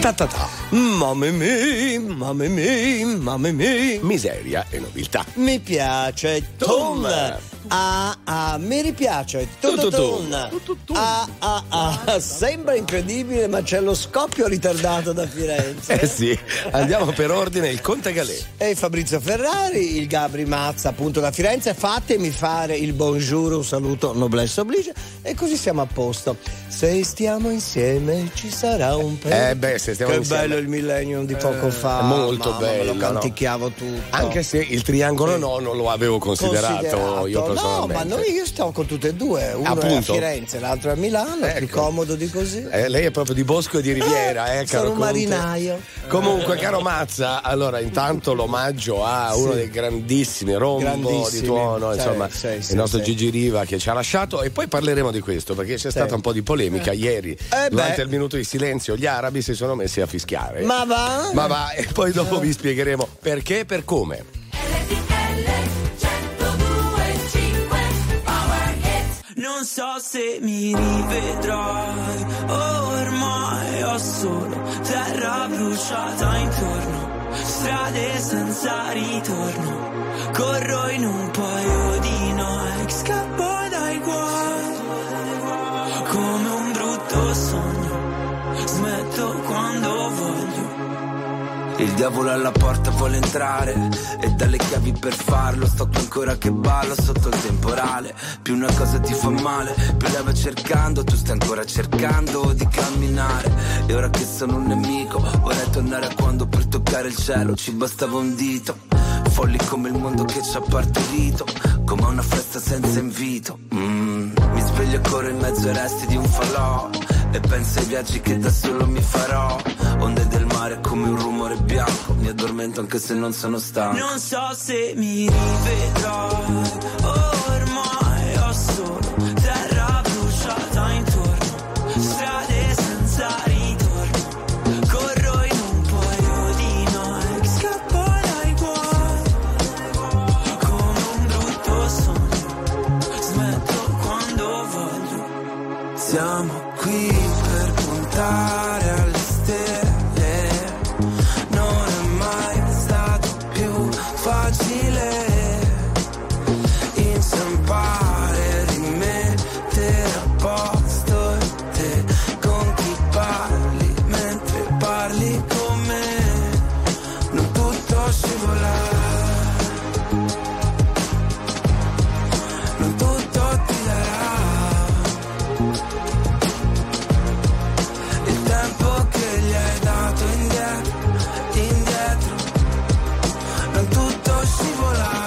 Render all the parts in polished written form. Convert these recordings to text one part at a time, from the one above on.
Ta ta ta. Mamma mia. Miseria e nobiltà. Mi piace Tom. Mi ripiace tutto. Sembra incredibile, ma c'è lo scoppio ritardato da Firenze. Sì, andiamo per ordine. Il Conte Galè e Fabrizio Ferrari, il Gabri Mazza appunto da Firenze. Fatemi fare il buongiorno, un saluto noblesse oblige, e così siamo a posto. Se stiamo insieme ci sarà un pezzo. Se stiamo che insieme. Bello il Millennium di poco fa. Molto bello, bello. lo canticchiavo tutto. Anche se il triangolo no, non lo avevo considerato io personalmente. No, ma io sto con tutte e due. Uno appunto. è a Firenze, l'altro è a Milano. È più comodo di così. Lei è proprio di Bosco e di Riviera, caro sono un Conte. marinaio. Comunque, caro Mazza, allora intanto l'omaggio a uno dei grandissimi rombo di tuono, insomma, il nostro Gigi Riva che ci ha lasciato, e poi parleremo di questo perché c'è stata un po' di polemica ieri. Durante il minuto di silenzio gli arabi si sono messi a fischiare. Ma va, e poi dopo vi spiegheremo perché e per come. Non so se mi rivedrai, ormai ho solo terra bruciata intorno, strade senza ritorno, corro in un paio di Nike, scappo dai guai, come un brutto sogno, smetto quando voglio. Il diavolo alla porta vuole entrare e dalle chiavi per farlo. Sto qui ancora che ballo sotto il temporale. Più una cosa ti fa male, più la vai cercando. Tu stai ancora cercando di camminare. E ora che sono un nemico vorrei tornare a quando per toccare il cielo ci bastava un dito. Folli come il mondo che ci ha partorito, come una festa senza invito. Mi sveglio e corro in mezzo ai resti di un falò e penso ai viaggi che da solo mi farò. Onde del mare come un rumore bianco, mi addormento anche se non sono stanco. Non so se mi rivedrai, ormai ho solo terra bruciata intorno, strade senza ritorno, corro in un paio di Nike, scappo dai guai, come un brutto sogno, smetto quando voglio. Siamo qui per puntare alle stelle. Inciampare, rimettere a posto te con chi parli mentre parli con me. Non tutto scivola, non tutto ti darà il tempo che gli hai dato indietro, non tutto scivola.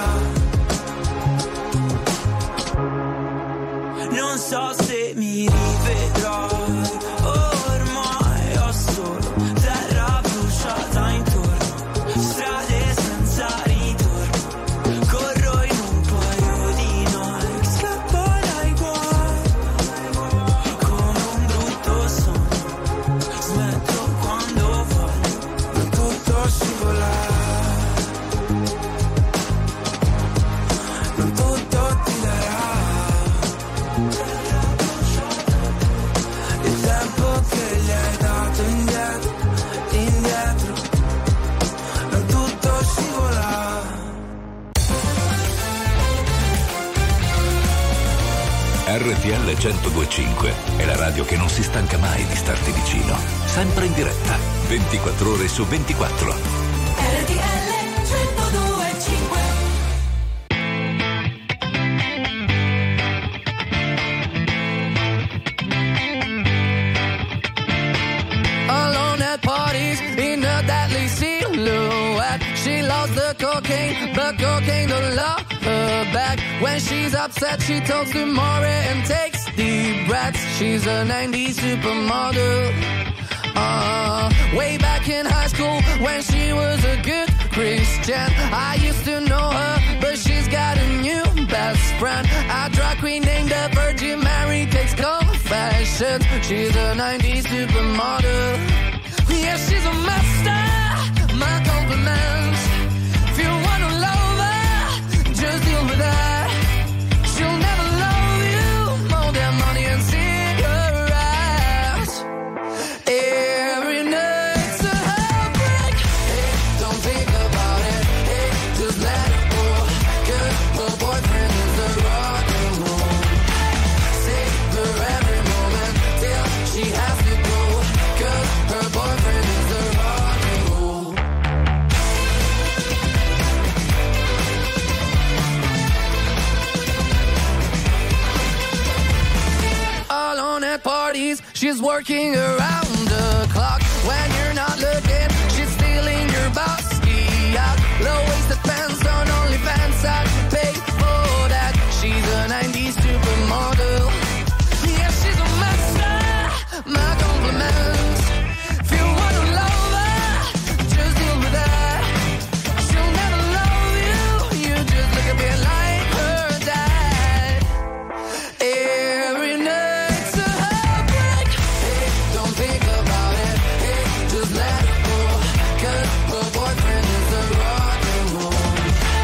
Non so se mi rivedrai, ormai ho solo terra bruciata intorno, strade senza ritorno, corro in un paio di Nike, scappo dai guai, come un brutto sogno, smetto quando voglio, non tutto scivola, non tutto ti darà il tempo che gli hai dato indietro, non tutto scivola. RTL 102.5 è la radio che non si stanca mai di starti vicino, sempre in diretta, 24 ore su 24. RTL 102.5. Alone at parties in a deadly silhouette. She loves the cocaine, but cocaine don't love her back. When she's upset, she talks to Maury and takes deep breaths. She's a 90s supermodel. Way back in high school when she was a good Christian, I used to know her, but she's got a new best friend. A drag queen named the Virgin Mary takes confessions. She's a 90s supermodel. Yeah, she's a master. My compliments. If you wanna love her, just deal with that. She'll never love you more than money and cigarettes. Every night parties, she's working around the clock. When you're not looking, she's stealing your bossy out. Low-waisted pants on OnlyFans, I'd pay for that. She's a 90s supermodel. Yeah, she's a master, my compliments. If you wanna love her, just deal with her. She'll never love you, you just look a bit like her dad. Every night's a heartbreak. Hey, don't think about it. Hey, just let it go. 'Cause her boyfriend is a rock and roll.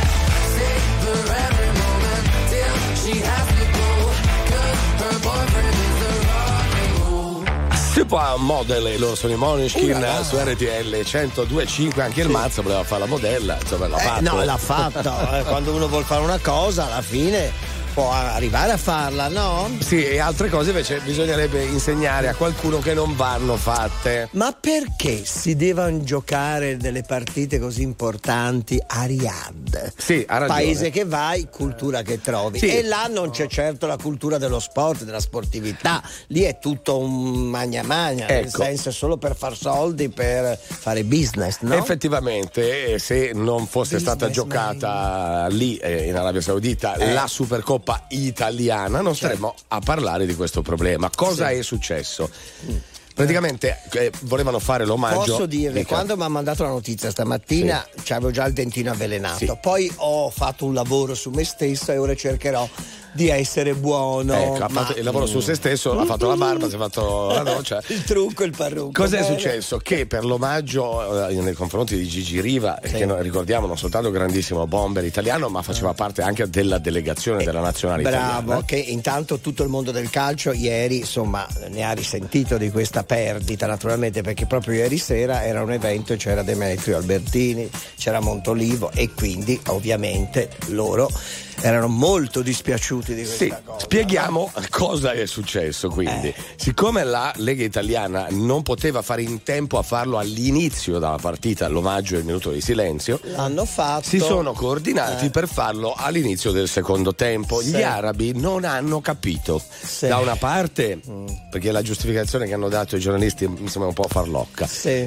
Savor every moment till she has to go. 'Cause her boyfriend is a rock and roll. Supermodel, e loro sono i Måneskin su RTL 102.5. Anche il Mazza voleva fare la modella, insomma l'ha fatto. No, l'ha fatto. Quando uno vuol fare una cosa, alla fine può arrivare a farla, no? Sì, e altre cose invece bisognerebbe insegnare a qualcuno che non vanno fatte. Ma perché si devono giocare delle partite così importanti a Riyadh? Sì, ha ragione. Paese che vai, cultura che trovi. Sì. E là non c'è certo la cultura dello sport, della sportività. Lì è tutto un magna magna, nel senso è solo per far soldi, per fare business, no? Effettivamente, se non fosse stata giocata lì in Arabia Saudita la Supercoppa italiana, non staremmo a parlare di questo problema. Cosa è successo? Praticamente volevano fare l'omaggio. Posso dirvi, quando mi ha mandato la notizia stamattina c'avevo già il dentino avvelenato, poi ho fatto un lavoro su me stesso e ora cercherò di essere buono. Ha fatto il lavoro su se stesso, ha fatto la barba, si è fatto la doccia. Il trucco, il parrucco. Cos'è successo? Che per l'omaggio nei confronti di Gigi Riva, che noi ricordiamo non soltanto grandissimo bomber italiano, ma faceva parte anche della delegazione della nazionale italiana. Bravo, che intanto tutto il mondo del calcio ieri insomma ne ha risentito di questa perdita, naturalmente, perché proprio ieri sera era un evento e c'era Demetrio Albertini, c'era Montolivo e quindi ovviamente loro erano molto dispiaciuti di questa cosa. Spieghiamo cosa è successo quindi. Siccome la Lega Italiana non poteva fare in tempo a farlo all'inizio della partita, l'omaggio e il minuto di silenzio, l'hanno fatto. Si sono coordinati per farlo all'inizio del secondo tempo. Gli arabi non hanno capito. Da una parte, perché la giustificazione che hanno dato i giornalisti mi sembra un po' farlocca,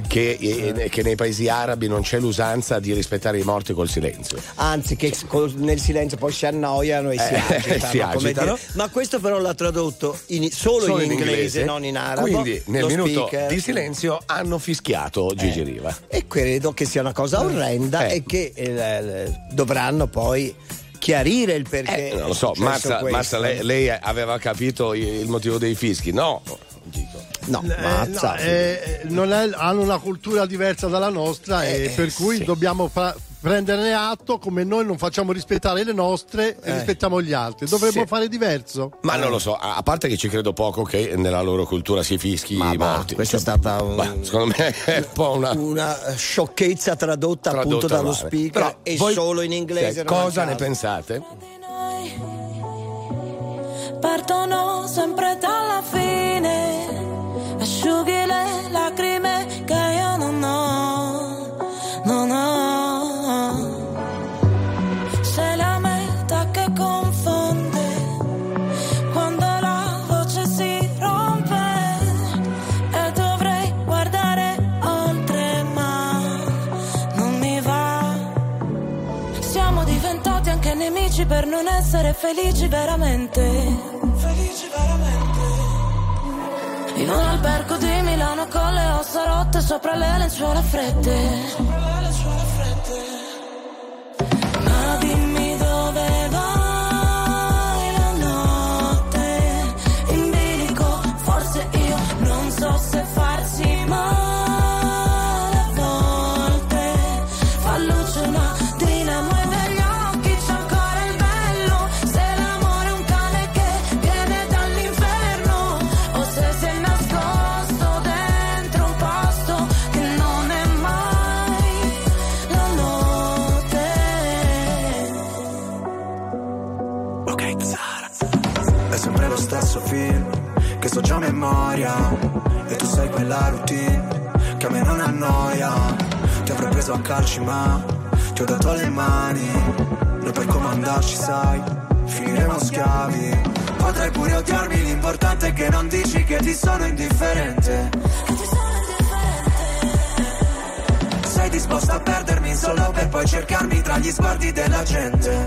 che nei paesi arabi non c'è l'usanza di rispettare i morti col silenzio. Anzi, che nel silenzio poi si annoiano e si agitano. Ma questo però l'ha tradotto solo in inglese, non in arabo. Quindi nel minuto di silenzio hanno fischiato Gigi Riva. E credo che sia una cosa orrenda e che dovranno poi chiarire il perché. Non lo so, Mazza, lei aveva capito il motivo dei fischi? No. Mazza. Hanno una cultura diversa dalla nostra e per cui dobbiamo prenderne atto, come noi non facciamo rispettare le nostre e rispettiamo gli altri. Dovremmo fare diverso. Ma non lo so, a parte che ci credo poco che nella loro cultura si fischi i morti. Questa è stata secondo me è un po' una sciocchezza tradotta appunto dallo speaker. Però solo in inglese. Cosa ne pensate? Partono sempre dalla fine, asciughi le lacrime che io non ho. Sei la meta che confonde quando la voce si rompe e dovrei guardare oltre ma non mi va. Siamo diventati anche nemici per non essere felici veramente. In un albergo di Milano con le ossa rotte sopra le lenzuola fredde. Ma dimmi dove vai la notte in bilico, forse io non so se farsi male a volte. Fa luce una dinamo e negli occhi c'è ancora il bello. Se l'amore è un cane che viene dall'inferno o se si è nascosto dentro un posto che non è mai la notte. Ok, Zara. È sempre lo stesso film che so già a memoria e tu sai quella routine che a me non annoia. Ti avrei preso a calci ma ti ho dato le mani. Noi per comandarci sai finiremo schiavi. Poi potrai pure odiarmi, l'importante è che non dici che ti sono indifferente. Sei disposta a perdermi solo per poi cercarmi tra gli sguardi della gente.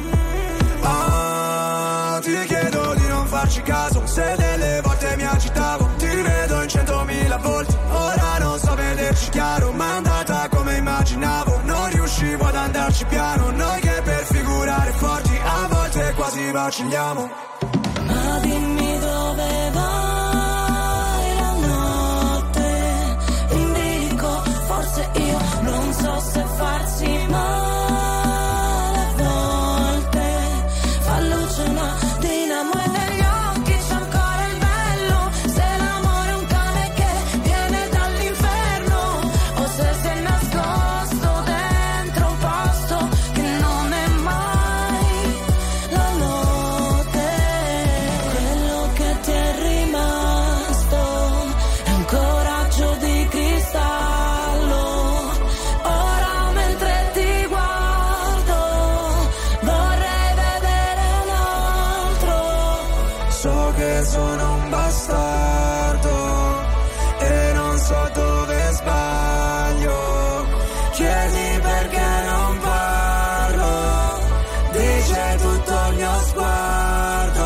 Ti chiedo di non farci caso, se delle volte mi agitavo, ti rivedo in 100.000 volte. Ora non so vederci chiaro, ma è andata come immaginavo. Non riuscivo ad andarci piano, noi che per figurare forti a volte quasi vacilliamo. Ma dimmi dove vai la notte, in bilico, forse io non so se farsi male a volte. Fa luce una dinamo e negli occhi c'è ancora il bello. Se l'amore è un cane che viene dall'inferno, o se sei nascosto dentro un posto che non è mai la notte. Quello che ti è rimasto è un coraggio di cristallo. Ora mentre ti guardo vorrei vedere un altro. So che sono un bastardo e non so dove sbaglio. Chiedi perché non parlo, dice tutto il mio sguardo.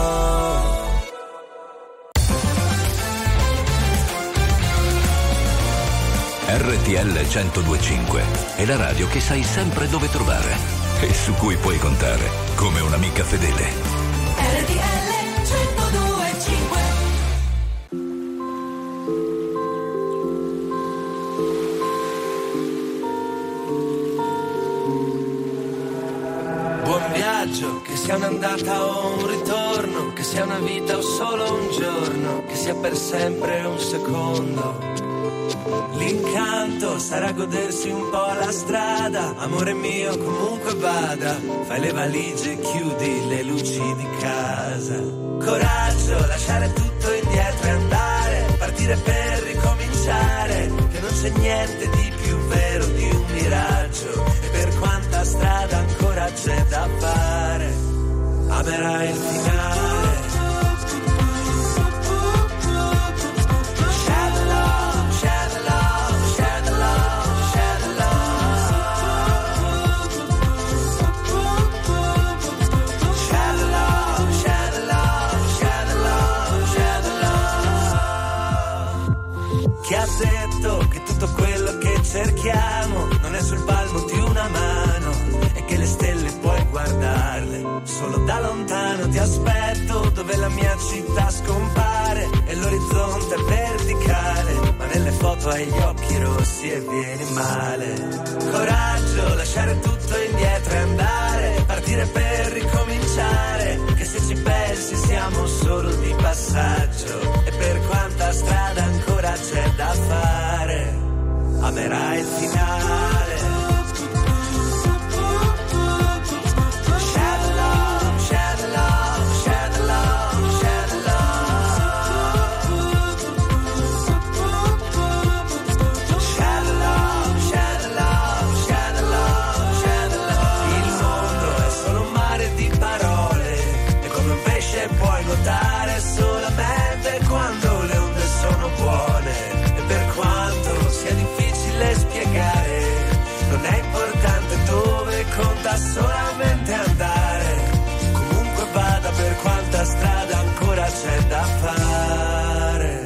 RTL 102.5 è la radio che sai sempre dove trovare e su cui puoi contare come un'amica fedele. RTL 102.5. Buon viaggio, che sia un'andata o un ritorno, che sia una vita o solo un giorno, che sia per sempre un secondo. L'incanto sarà godersi un po' la strada, amore mio comunque vada, fai le valigie e chiudi le luci di casa. Coraggio, lasciare tutto indietro e andare, partire per ricominciare, che non c'è niente di più vero di un miraggio, e per quanta strada ancora c'è da fare, amerai il finale. Cerchiamo, non è sul palmo di una mano, e che le stelle puoi guardarle solo da lontano. Ti aspetto dove la mia città scompare e l'orizzonte è verticale, ma nelle foto hai gli occhi rossi e vieni male. Coraggio, lasciare tutto indietro e andare, partire per ricominciare, che se ci pensi siamo solo di passaggio, e per quanta strada ancora c'è da fare, amerai il finale. Il mondo è solo un mare di parole, e come un pesce puoi nuotare solamente quando le onde sono buone, e per quanto sia difficile spiegare, non è importante dove, conta solamente andare, comunque vada, per quanta strada ancora c'è da fare.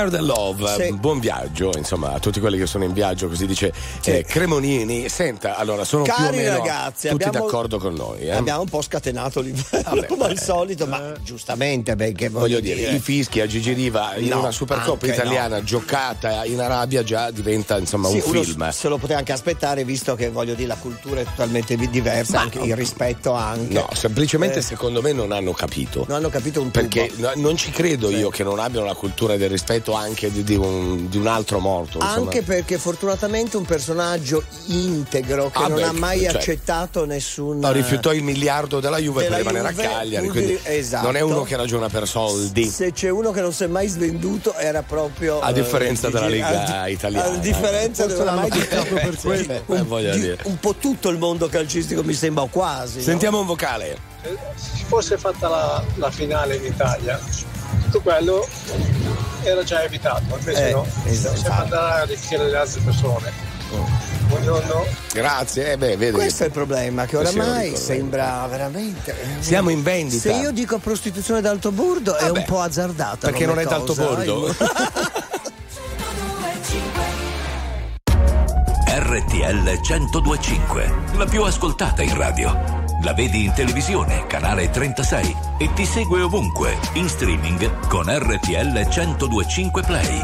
Scared and Love, buon viaggio, insomma, a tutti quelli che sono in viaggio, così dice Cremonini. Senta, allora, sono cari più o meno ragazzi, tutti d'accordo con noi. Abbiamo un po' scatenato livello come al solito, ma giustamente, perché voglio dire, i fischi a Gigi Riva in una Supercoppa italiana giocata in Arabia già diventa, insomma, un film. Se lo poteva anche aspettare, visto che, voglio dire, la cultura è totalmente diversa, anche il rispetto anche. No, semplicemente secondo me non hanno capito. Non hanno capito un tubo. Perché non ci credo io che non abbiano la cultura del rispetto anche di un altro morto. Anche insomma. perché fortunatamente un personaggio integro che non ha mai accettato nessun. No, rifiutò il miliardo della Juve per rimanere a Cagliari. Quindi non è uno che ragiona per soldi. Se c'è uno che non si è mai svenduto era proprio. A differenza della Liga italiana. A differenza della mai per quello. Un po' tutto il mondo calcistico mi sembra quasi. Sentiamo un vocale. Se si fosse fatta la finale in Italia, tutto quello era già evitato, invece no, sempre andare a rischiare le altre persone. Buongiorno. Grazie, vedi. Questo è il problema, che oramai sembra veramente. Siamo in vendita. Se io dico prostituzione d'alto bordo è un po' azzardata. Perché non è d'alto bordo? RTL 102.5, la più ascoltata in radio. La vedi in televisione, canale 36, e ti segue ovunque, in streaming con RTL 102.5 Play.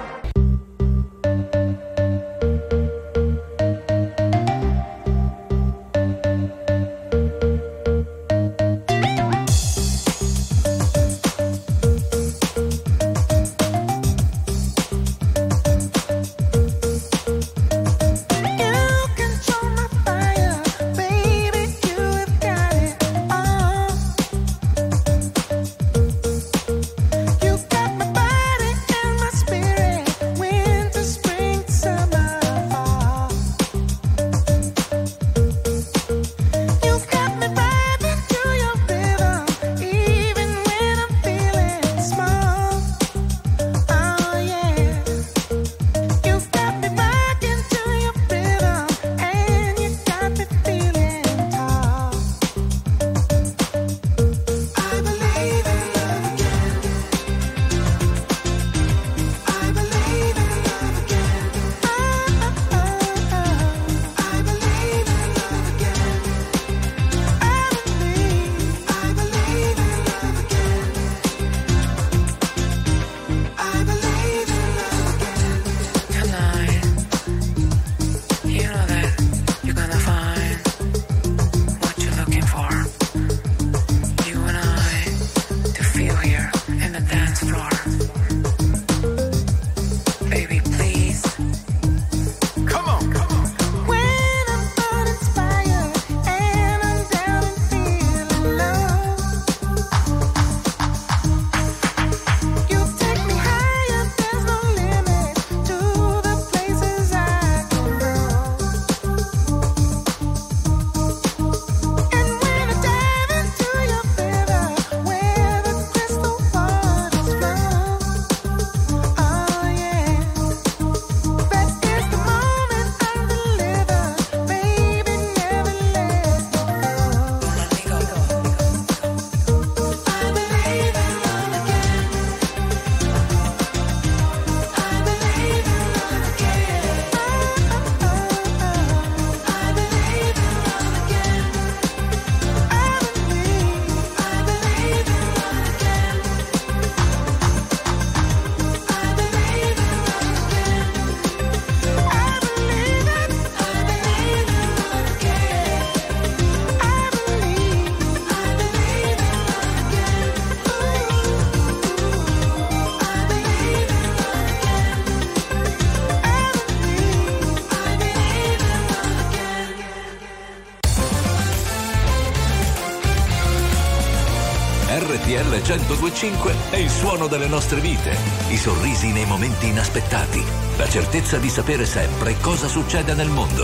RTL 102.5 è il suono delle nostre vite, i sorrisi nei momenti inaspettati, la certezza di sapere sempre cosa succede nel mondo.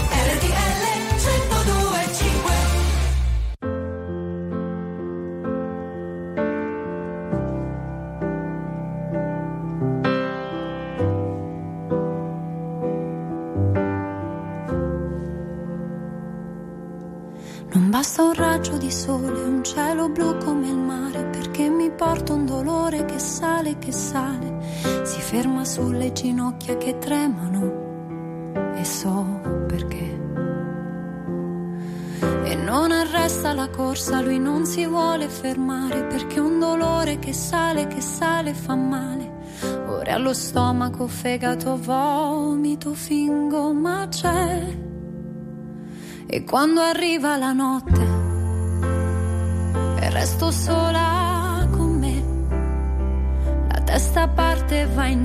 RTL 102.5. Non basta un raggio raggio di sole, un cielo blu come il mare, perché mi porta un dolore che sale, si ferma sulle ginocchia che tremano e so perché. E non arresta la corsa, lui non si vuole fermare, perché un dolore che sale fa male. Ora allo stomaco, fegato, vomito, fingo, ma c'è. E quando arriva la notte e resto sola con me, la testa parte e va in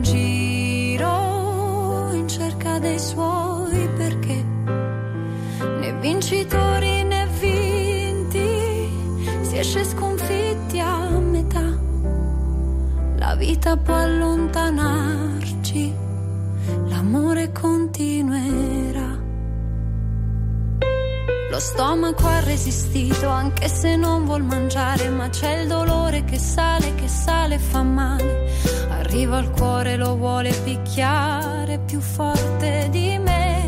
giro in cerca dei suoi perché. Né vincitori né vinti, si esce sconfitti a metà. La vita può allontanarci, l'amore continuerà. Lo stomaco ha resistito anche se non vuol mangiare, ma c'è il dolore che sale e fa male. Arriva al cuore, lo vuole picchiare più forte di me.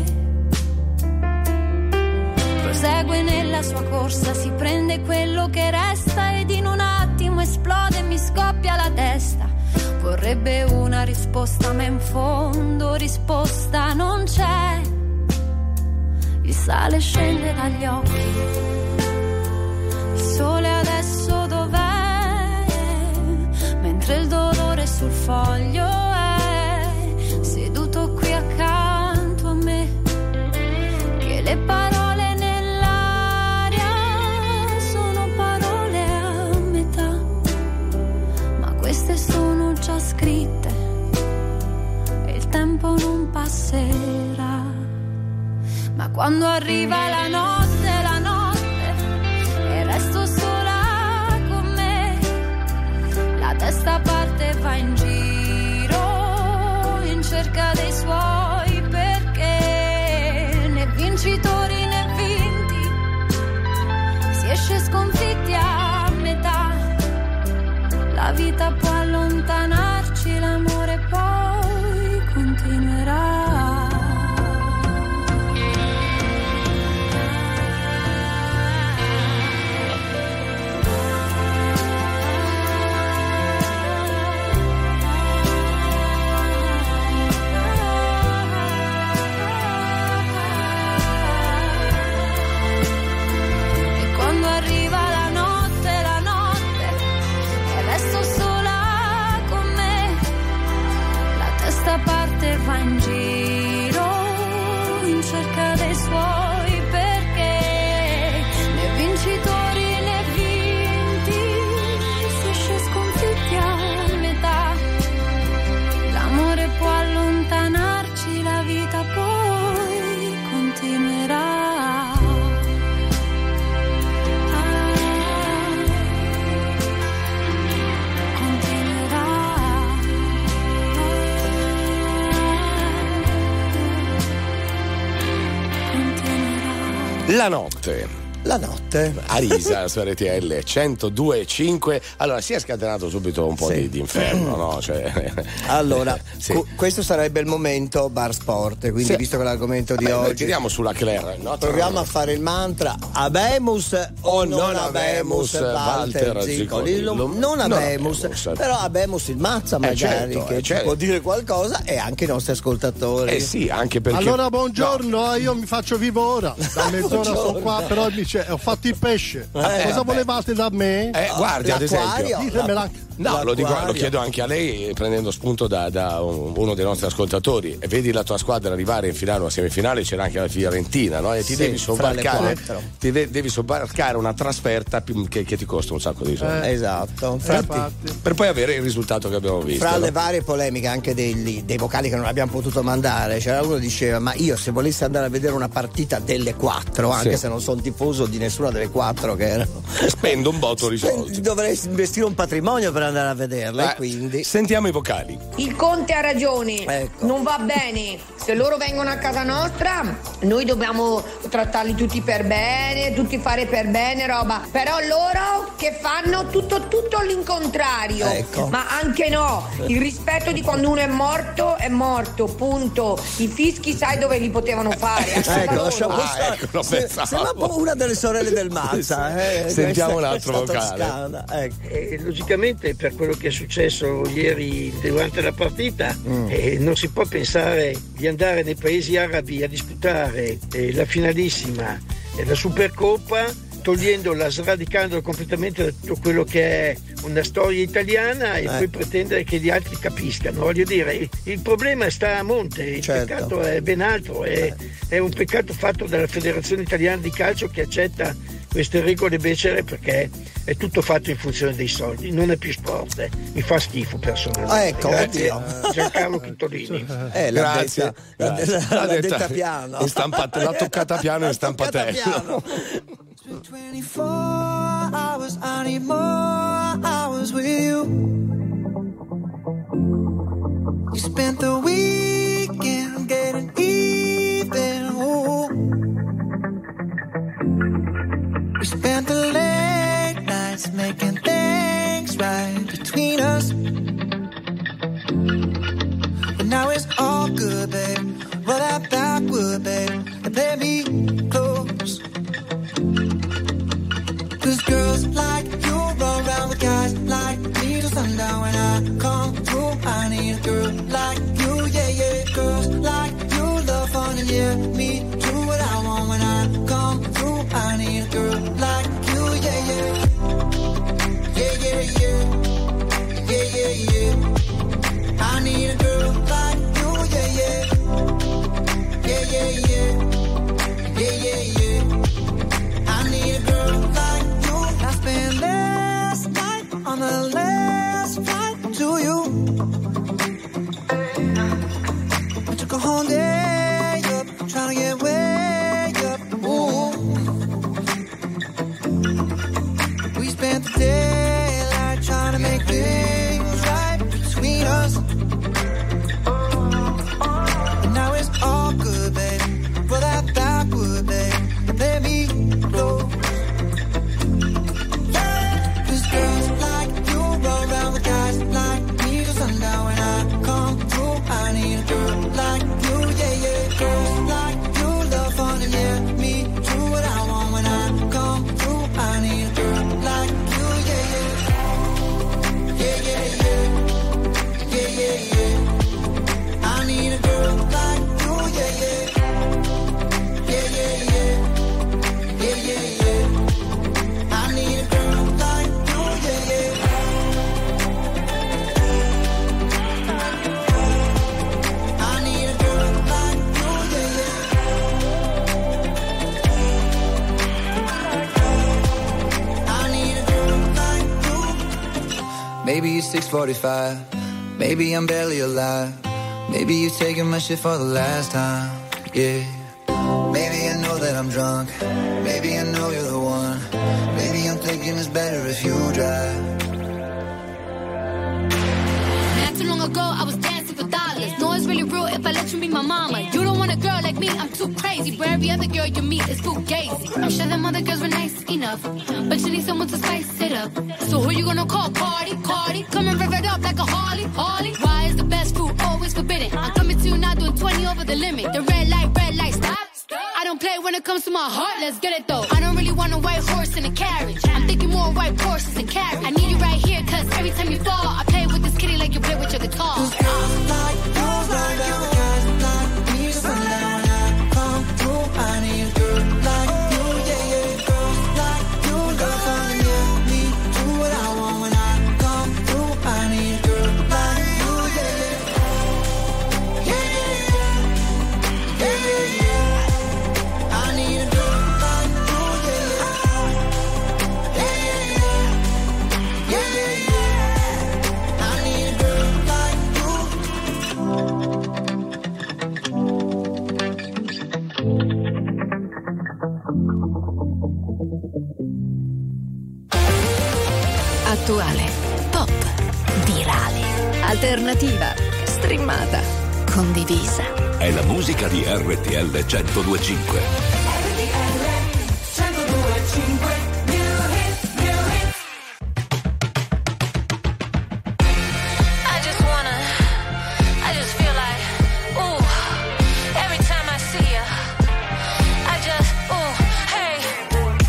Prosegue nella sua corsa, si prende quello che resta ed in un attimo esplode e mi scoppia la testa. Vorrebbe una risposta ma in fondo risposta non c'è. Il sale scende dagli occhi, il sole adesso dov'è? Mentre il dolore sul foglio è seduto qui accanto a me. Che le parole nell'aria sono parole a metà, ma queste sono già scritte e il tempo non passerà. Ma quando arriva la notte e resto sola con me, la testa parte e va in giro in cerca dei suoi perché. Né vincitori né vinti, si esce sconfitti a metà. La vita può allontanarci, l'amore poi continuerà. Parte va in giro in cerca dei suoi perché. Né vincitori né vinti, si esce sconfitti a metà. L'amore può allontanarci, la vita poi continuerà. La notte. Arisa su RTL 102.5. Allora si è scatenato subito un po' di inferno, no? Cioè, allora, sì. Questo sarebbe il momento bar sport, quindi visto che l'argomento di oggi. Tiriamo sulla Claire, no? Proviamo a fare il mantra Abemus o non Abemus Walter Ziccoli. Non Abemus, però Abemus il Mazza magari che ci può dire qualcosa e anche i nostri ascoltatori. Sì, anche perché. Allora buongiorno, io mi faccio vivo ora. Da mezz'ora sono qua, però ho fatto il pesce. Cosa volevate da me? Guardi, ad esempio. Ditemela. No, lo chiedo anche a lei prendendo spunto da uno dei nostri ascoltatori. E vedi la tua squadra arrivare in finale, una semifinale, c'era anche la Fiorentina, no? E ti devi sobbarcare una trasferta che ti costa un sacco di soldi. Esatto. Per poi avere il risultato che abbiamo visto. Fra le varie polemiche anche dei vocali che non abbiamo potuto mandare, c'era uno che diceva: ma io se volessi andare a vedere una partita delle 4, anche se non sono tifoso di nessuna delle 4 che erano, spendo un botto di soldi. Dovrei investire un patrimonio per andare a vederla, quindi sentiamo i vocali. Il Conte ha ragione, ecco. Non va bene. Se loro vengono a casa nostra, noi dobbiamo trattarli tutti per bene, tutti fare per bene, roba. Però loro che fanno tutto l'incontrario. Ecco. Ma anche no. Il rispetto di quando uno è morto, punto. I fischi sai dove li potevano fare. Ecco, lasciamo stare. Sembra una le sorelle del Mazza. Sentiamo un altro vocale. Ecco. Logicamente, per quello che è successo ieri durante la partita, non si può pensare di andare nei paesi arabi a disputare la finalissima e la Supercoppa, togliendola, sradicandola completamente da tutto quello che è una storia italiana e poi pretendere che gli altri capiscano. Voglio dire, il problema sta a monte, il peccato è ben altro, è un peccato fatto dalla Federazione Italiana di Calcio, che accetta queste regole becere perché è tutto fatto in funzione dei soldi, non è più sport, mi fa schifo personalmente. Grazie Giancarlo Chittolini. Grazie. L'ha detta piano. L'ha toccata piano e stampatello. 24 hours, I need more hours with you. You spent the weekend getting even. Ooh. We spent the late nights making things right between us. But now it's all good, babe. Roll that backward, babe, and play me close. 'Cause girls like you run around with guys like me till sundown. When I come through, I need a girl like you, yeah, yeah. Girls like you love fun and yeah, me do what I want. When I come through, I need a girl like you, yeah, yeah. Yeah, yeah, yeah. Yeah, yeah, yeah. I need a girl like you, yeah, yeah. Yeah, yeah, yeah. Yeah, yeah, yeah. I need a girl like I spent last night on the last flight to you. I took a whole day up, trying to get way up. Ooh. We spent the daylight trying to make things right between us. And now it's all good, baby. Roll that backward, baby. Let me go. Girls like you roll around with guys like me till sundown. When I come through, I need a girl like you, yeah, yeah. Girls like you love fun and yeah, me do what I want. When I come through, I need a girl like you, yeah, yeah. Yeah, yeah, yeah. Yeah, yeah, yeah. I need a girl like you, yeah, yeah. Yeah, yeah, yeah. Yeah, yeah, yeah. I need a girl like you, yeah, yeah. I need a girl like you, yeah, yeah. I need a girl like you. Maybe it's 6:45. Maybe I'm barely alive. Maybe you're taking my shit for the last time. Yeah. Maybe I know that I'm drunk. Maybe I know you're the one. Maybe I'm thinking it's better if you drive. Not too long ago, I was dancing for dollars. No, it's really real if I let you meet my mama. You don't want a girl like me, I'm too crazy. Where every other girl you meet is fugazi. I'm sure them other girls were nice enough, but you need someone to spice it up. So who you gonna call? Cardi, Cardi. Come and rev it up like a Harley, Harley. Why is the best food always forbidden? I'm coming to you now doing 20 over the limit. The red light, stop. I don't play when it comes to my heart, let's get it though. I don't really want a white horse in a carriage. I'm thinking more white horses and carriage. I need you right here, cause every time you fall, I play with this kitty like you play with your guitar. Girls like you run around with guys like me till sundown. When I come through, I need a girl like you, yeah, yeah. Girls like you love fun and yeah, me do what I want. When I come through, I need a girl like you, yeah, yeah. Yeah, yeah, yeah. Yeah, yeah, yeah. I need a girl like you, yeah, yeah. Yeah, yeah, yeah. Yeah, yeah, yeah. I need a girl like you. Attuale, pop, virale, alternativa, streamata, condivisa. È la musica di RTL 102.5. I just feel like, ooh, every time I see you, I just, ooh, hey.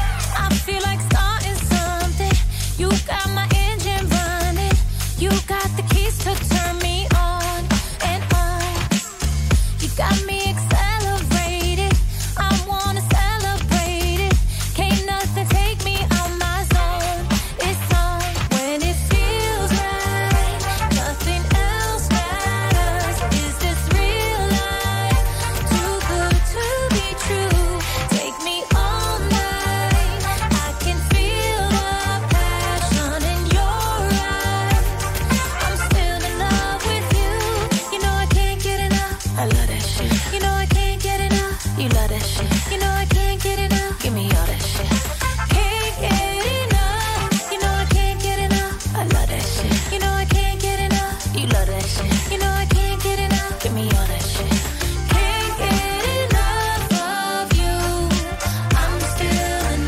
I love that shit. You know I can't get enough. You love that shit. You know I can't get enough. Give me all that shit. Can't get enough. You know I can't get enough. I love that shit. You know I can't get enough. You love that shit. You know I can't get enough. Give me all that shit. Can't get enough of you. I'm still in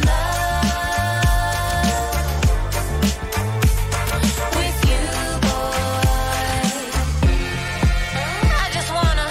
love with you, boy. I just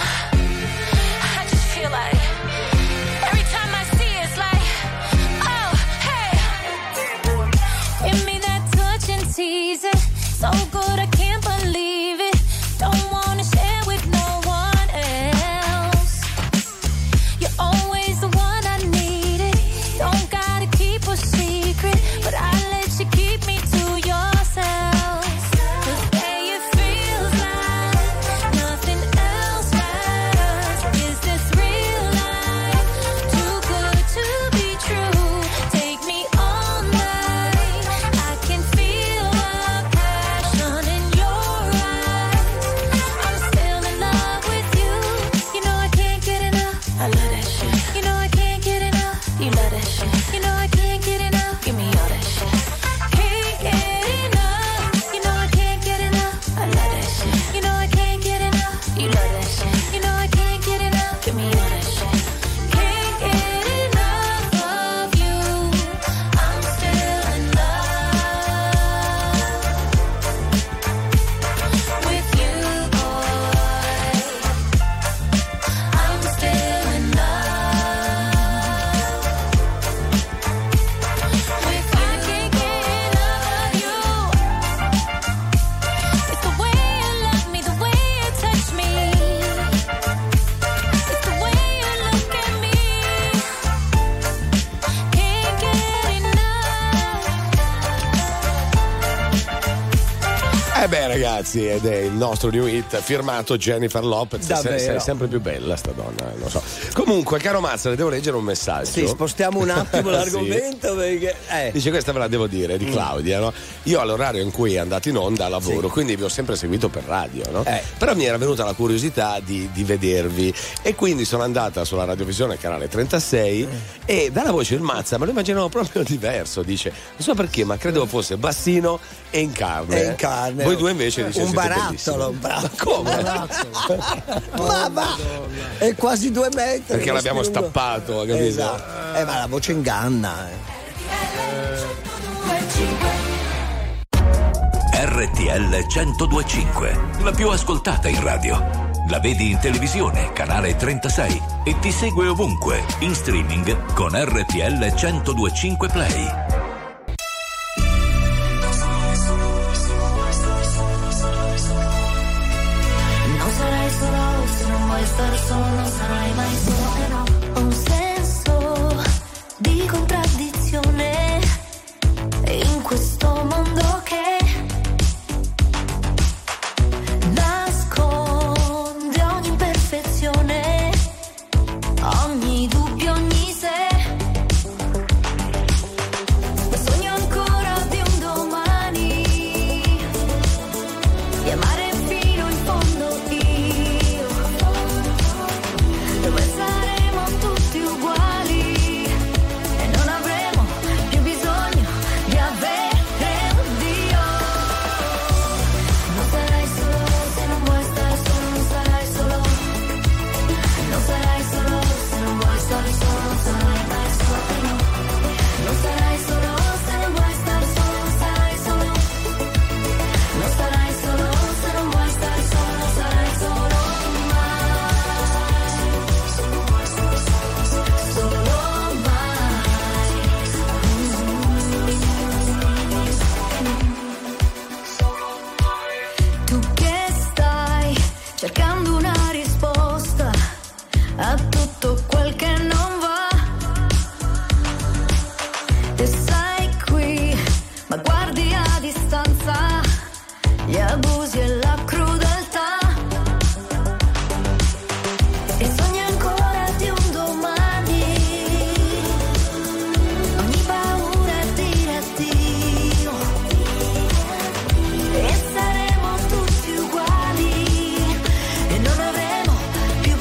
feel like every time I see it, it's like, oh, hey. Give me that touch and tease it. So good, I can't believe it. Don't wanna share with no one else. You're always the one I needed. Don't gotta keep a secret, but I let you keep me to yourself. 'Cause babe, it feels like nothing else matters. Is this real life? Too good to be true. Take me all night. I can feel the passion in your eyes. I'm still in love with you. You know I can't get enough. I love that shit. You know I can't get enough. You love that shit. You know I can't get enough. Give me all that shit. Can't get enough. You know I can't get enough. I love that shit. You know I can't get enough. You love that shit. You know I can't get enough. Give me all that shit. Can't get enough of you. I'm still in love with you, boy. I'm still in love with you. I can't get enough of you. It's the way you love me, the way you touch me. It's the way you look at me. Can't get enough. Beh ragazzi, ed è il nostro new hit firmato Jennifer Lopez. Davvero? È sempre più bella sta donna, lo so. Comunque, caro Mazza, le devo leggere un messaggio. Sì, spostiamo un attimo Sì. l'argomento perché Dice, questa ve la devo dire, di Claudia, no? Io all'orario in cui è andato in onda lavoro, quindi vi ho sempre seguito per radio, no? Però mi era venuta la curiosità di vedervi e quindi sono andata sulla radiovisione canale 36 e dalla voce del Mazza me lo immaginavo proprio diverso, dice, non so perché, ma credevo fosse bassino e in carne. È in carne. Voi due invece dice, un siete barattolo, bellissimi. Ma come? Ma va! È quasi 2 metri. Perché l'abbiamo questo lungo. stappato, capito? Esatto. Ma la voce inganna. RTL 1025, la più ascoltata in radio. La vedi in televisione, canale 36 e ti segue ovunque, in streaming con RTL 1025 Play. Non sarai solo se non vuoi stare solo, non sarai mai solo, no. Ho un senso di contraddizione in questo mondo che nasconde ogni imperfezione, ogni dubbio, ogni se. Ma sogno ancora di un domani, di amare fino in fondo io, dove saremo tutti uguali e non avremo più bisogno di avere un Dio. Non sarai solo se non vuoi stare solo, non sarai solo. Non sarai solo se non vuoi stare solo, non sarai mai solo, no. Non sarai solo se non vuoi stare solo, non sarai solo. Non sarai solo se non vuoi stare solo, non sarai solo mai. Solo mai. Tu che stai cercando una risposta a tutto quel che non va, e sei qui, ma guardi a distanza gli abusi e la crudeltà, e sogni ancora di un domani, ogni paura è dire addio, e saremo tutti uguali e non avremo più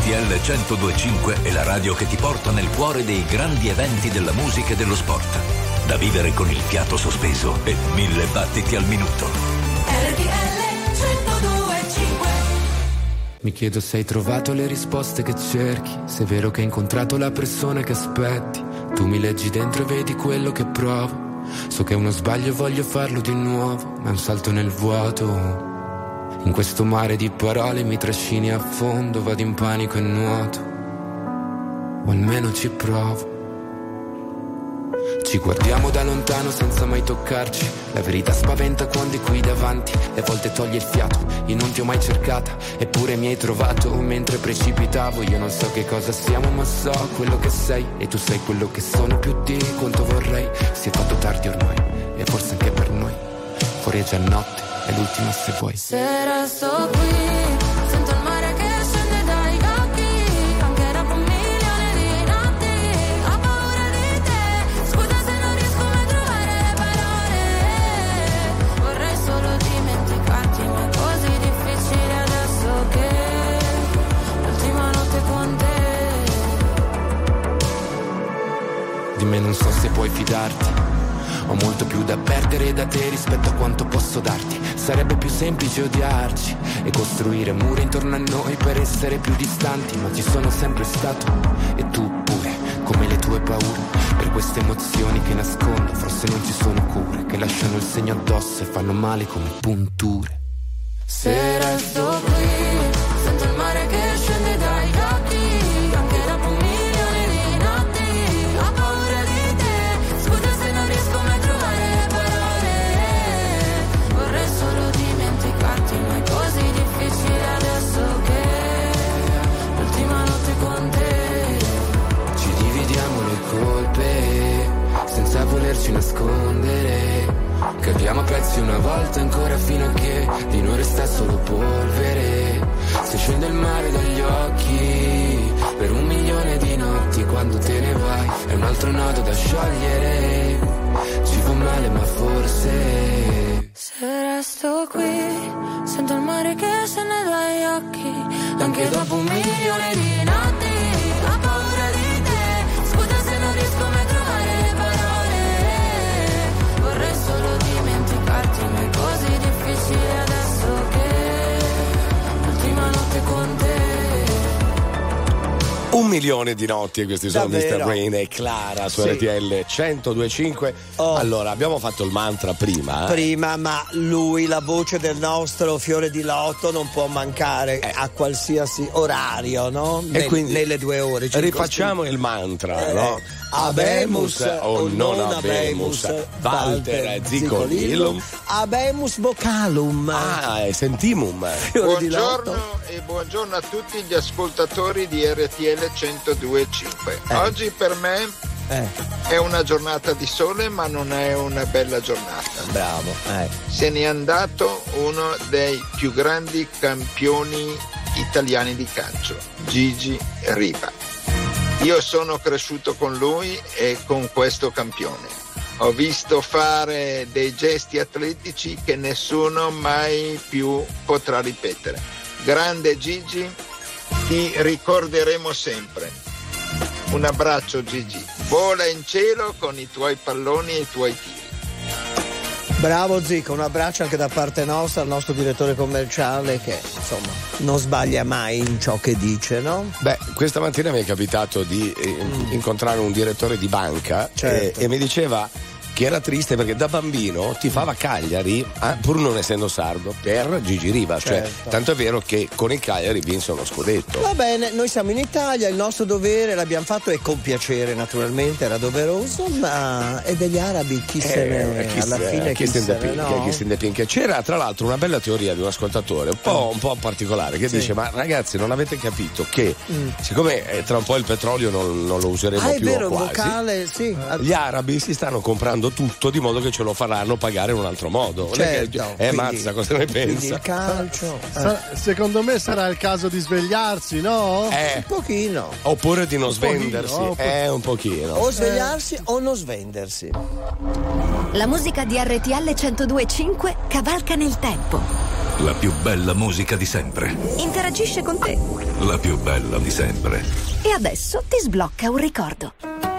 RTL 102.5 è la radio che ti porta nel cuore dei grandi eventi della musica e dello sport. Da vivere con il fiato sospeso e 1000 battiti al minuto. RTL 102.5. Mi chiedo se hai trovato le risposte che cerchi, se è vero che hai incontrato la persona che aspetti. Tu mi leggi dentro e vedi quello che provo. So che è uno sbaglio e voglio farlo di nuovo, ma è un salto nel vuoto. In questo mare di parole mi trascini a fondo, vado in panico e nuoto, o almeno ci provo. Ci guardiamo da lontano senza mai toccarci. La verità spaventa quando è qui davanti, e a volte toglie il fiato. Io non ti ho mai cercata, eppure mi hai trovato mentre precipitavo. Io non so che cosa siamo, ma so quello che sei, e tu sei quello che sono più di quanto vorrei. Si è fatto tardi ormai, e forse anche per noi. Fuori è già notte, è l'ultima se vuoi. Se resto qui, sento il mare che scende dai occhi, anche dopo 1 milione di notti. Ho paura di te, scusa se non riesco mai a trovare le parole. Vorrei solo dimenticarti, ma è così difficile adesso che l'ultima notte con te. Di me non so se puoi fidarti. Ho molto più da perdere da te rispetto a quanto posso darti. Sarebbe più semplice odiarci e costruire mura intorno a noi per essere più distanti, ma ci sono sempre stato, e tu pure, come le tue paure. Per queste emozioni che nascondo forse non ci sono cure, che lasciano il segno addosso e fanno male come punture. Se resto qui, sento il mare che scende dai occhi, anche dopo 1 milione di notti. Ho paura di te, scusa se non riesco mai a trovare le parole. Vorrei solo dimenticarti, ma è così difficile adesso che l'ultima notte con te. Ci dividiamo le colpe senza volerci nascondere. Capiamo a pezzi una volta ancora fino a che di noi resta solo polvere. Se scende il mare dagli occhi per 1 milione di notti, quando te ne vai è un altro nodo da sciogliere. Ci fa male ma forse se resto qui, sento il mare che scende dagli occhi, anche dopo 1 milione di notti. Ho paura di te, scusa se non riesco mai a trovare le parole. Vorrei solo dimenticarti, ma è così difficile adesso che l'ultima notte con te. 1 milione di notti, e questi sono Mr. Rain e Clara su RTL 102.5. Allora, abbiamo fatto il mantra prima. Ma lui, la voce del nostro fiore di lotto, non può mancare a qualsiasi orario, no? E quindi nelle 2 ore. Rifacciamo il mantra, no? Abemus o non abemus, Walter Zicolillum, abemus vocalum, sentimum. Buongiorno e buongiorno a tutti gli ascoltatori di RTL 102.5. Oggi per me è una giornata di sole, ma non è una bella giornata. Bravo. Se n'è andato uno dei più grandi campioni italiani di calcio, Gigi Riva. Io sono cresciuto con lui e con questo campione. Ho visto fare dei gesti atletici che nessuno mai più potrà ripetere. Grande Gigi, ti ricorderemo sempre. Un abbraccio Gigi, vola in cielo con i tuoi palloni e i tuoi tiri. Bravo Zico, un abbraccio anche da parte nostra al nostro direttore commerciale che insomma non sbaglia mai in ciò che dice, no? Beh, questa mattina mi è capitato di incontrare un direttore di banca e mi diceva che era triste perché da bambino tifava Cagliari, pur non essendo sardo, per Gigi Riva, cioè tanto è vero che con il Cagliari vinse uno scudetto. Va bene, noi siamo in Italia, il nostro dovere l'abbiamo fatto e con piacere naturalmente, era doveroso, ma è degli arabi chi se ne alla fine chi se ne pinche. C'era tra l'altro una bella teoria di un ascoltatore un po' particolare che dice: ma ragazzi, non avete capito che siccome tra un po' il petrolio non lo useremo più, è vero, quasi, vocale, gli arabi si stanno comprando tutto di modo che ce lo faranno pagare in un altro modo. Mazza, cosa ne pensa? Il calcio. Secondo me sarà il caso di svegliarsi, no? Un pochino. Oppure di non svendersi. Un pochino. O svegliarsi o non svendersi. La musica di RTL 102.5 cavalca nel tempo. La più bella musica di sempre. Interagisce con te. La più bella di sempre. E adesso ti sblocca un ricordo.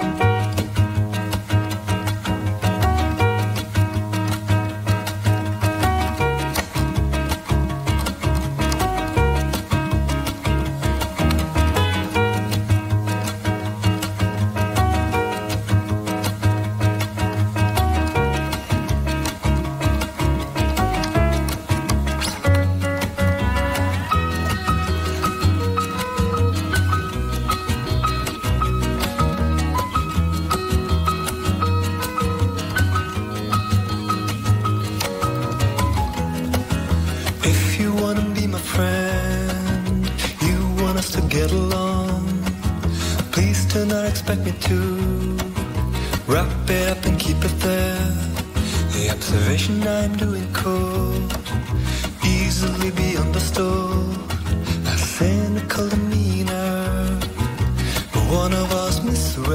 Expect me to wrap it up and keep it there. The observation I'm doing could easily be understood. A cynical demeanor, but one of us misread.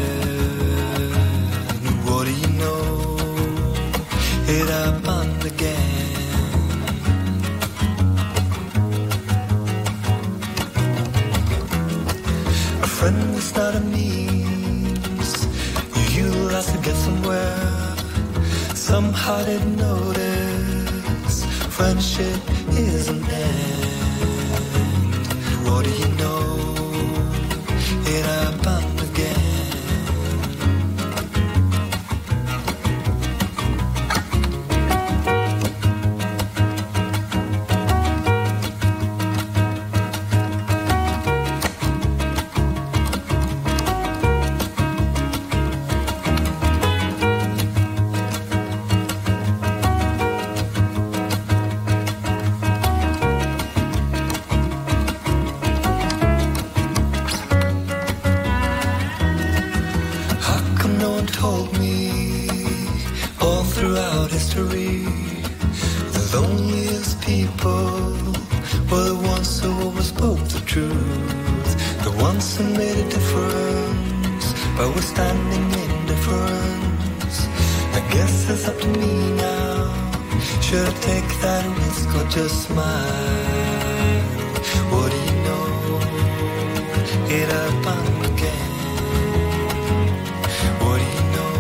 What do you know? It happened again. A friend is not a means you'll have to get somewhere. Somehow didn't notice friendship is an end. What do you know? It happened again. Just smile. What do you know? It happened again. What do you know?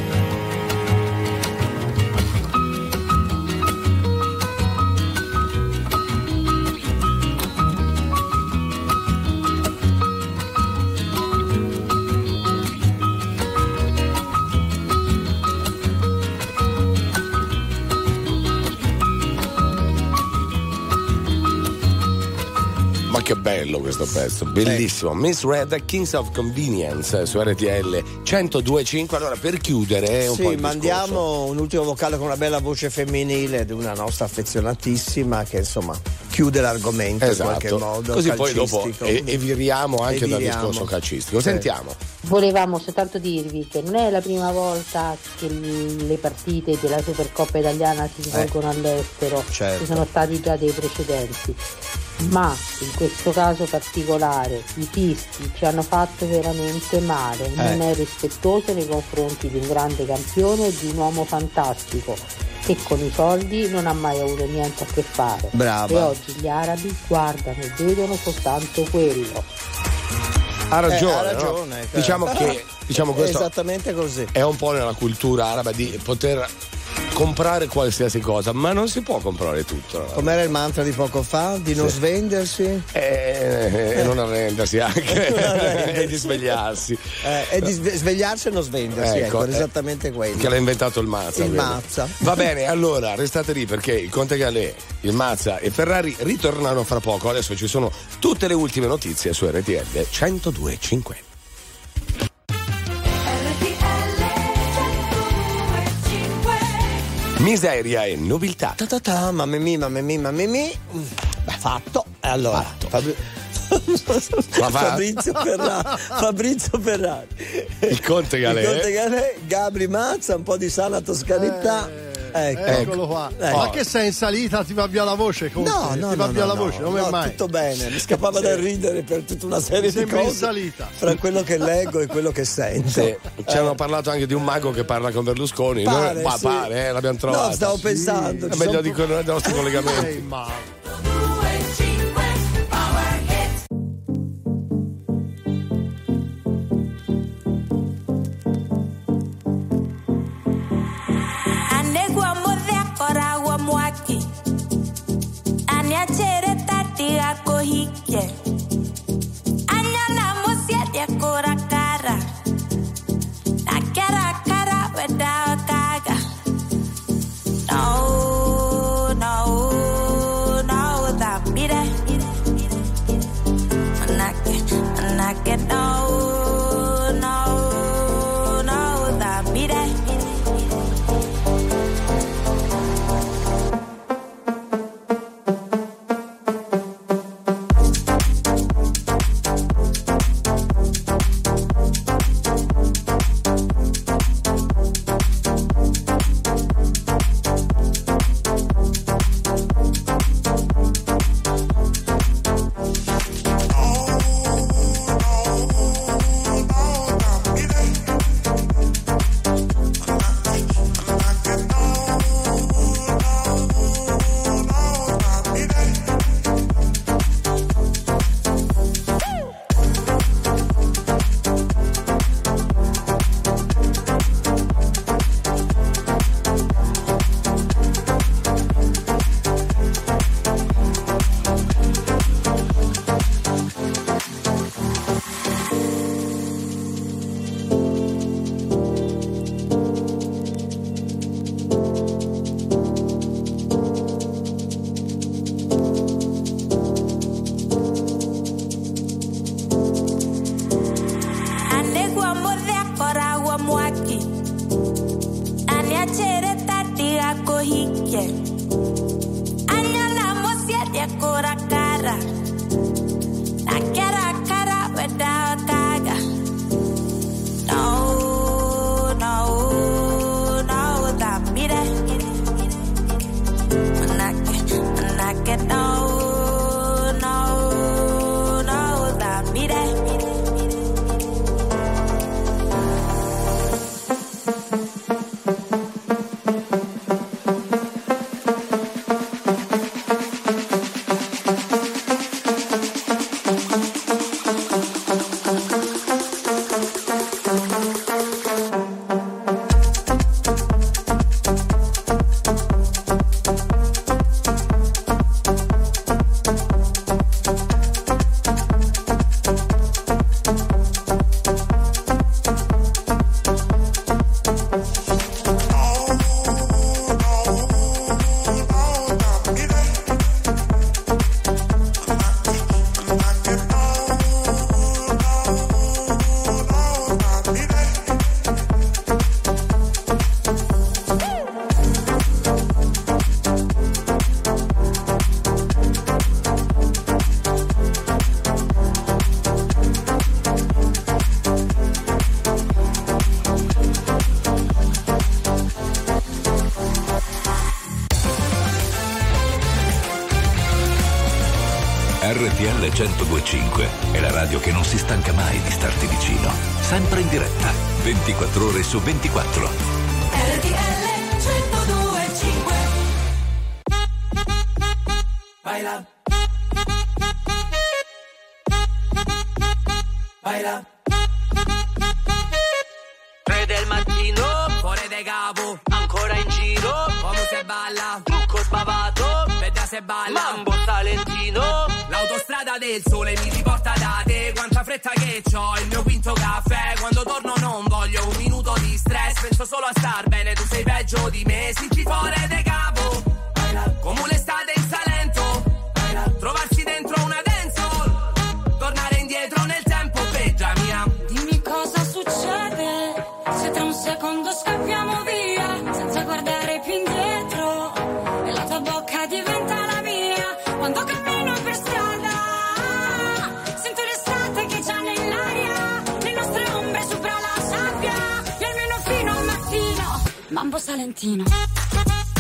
Che bello questo pezzo, bellissimo. Miss Red, Kings of Convenience su RTL 102.5. Allora, per chiudere un po' il mandiamo un ultimo vocale con una bella voce femminile di una nostra affezionatissima che insomma chiude l'argomento, esatto, in qualche modo. Così poi dopo eviriamo anche dal discorso calcistico. Sentiamo. Volevamo soltanto dirvi che non è la prima volta che le partite della Supercoppa italiana si svolgono all'estero, certo. Ci sono stati già dei precedenti, ma in questo caso particolare i fischi ci hanno fatto veramente male, non è rispettoso nei confronti di un grande campione e di un uomo fantastico che con i soldi non ha mai avuto niente a che fare. Brava. E oggi gli arabi guardano e vedono soltanto quello. Ha ragione, no? Diciamo che questo è esattamente così. È un po' nella cultura araba di poter comprare qualsiasi cosa, ma non si può comprare tutto. Com'era il mantra di poco fa? Di non svendersi? E non arrendersi anche. E di svegliarsi. E di svegliarsi e non svendersi, ecco esattamente quello. Che l'ha inventato il Mazza. Il Mazza. Va bene, allora restate lì perché il Conte Galè, il Mazza e Ferrari ritornano fra poco. Adesso ci sono tutte le ultime notizie su RTL 102.5. Miseria e nobiltà. Mamma mia. Fatto. Allora, Fabrizio Ferrari. Il Conte Galè. Gabri Mazza, un po' di sana toscanità. Eccolo qua. Ma che sei in salita? Ti va via la voce? No, ti va via la voce? Come mai? Tutto bene, mi scappava da ridere per tutta una serie di cose. In salita. Fra quello che leggo e quello che sento. Sì. Ci hanno parlato anche di un mago che parla con Berlusconi. Pare, l'abbiamo trovato. No, stavo pensando. È meglio dicono dei nostri collegamenti. RTL 102.5 è la radio che non si stanca mai di starti vicino. Sempre in diretta, 24 ore su 24. RTL 102.5. Baila. Baila. 3 del mattino, fuori de capo, ancora in giro, come se balla, trucco spavato, veda se balla, Mambo Salentino, l'autostrada del sole mi riporta da te, quanta fretta che c'ho, il mio quinto caffè, quando torno non voglio un minuto di stress, penso solo a star bene, tu sei peggio di me, sinci fuori de capo, come l'estate in Salento, trovarsi dentro una dancehall, tornare indietro nel tempo, peggia mia. Dimmi cosa succede, se tra un secondo scappiamo via, senza guardare più indietro, e la tua bocca diventa la mia, quando cammino per strada, sento l'estate che c'ha nell'aria, le nostre ombre sopra la sabbia, e almeno fino al mattino, Mambo Salentino.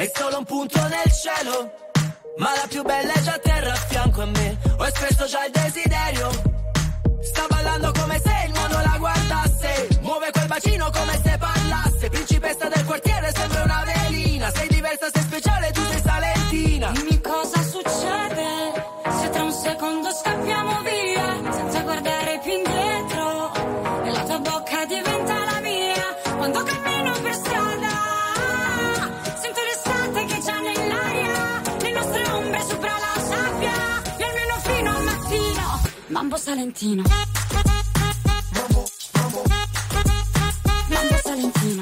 è solo un punto nel cielo, ma la più bella è già a terra a fianco a me. Ho espresso già il desiderio, sta ballando come se il mondo la guardasse, muove quel bacino come se parlasse. Principessa del quartiere, sembra una velina. Sei diversa, sei speciale, tu sei salentina. Dimmi cosa succede se tra un secondo scappiamo via senza guardare più indietro e la tua bocca diventa la mia. Quando cammino per strada sento l'estate che c'è nell'aria, le nostre ombre sopra la sabbia e almeno fino al mattino. Mambo salentino, Mambo salentino.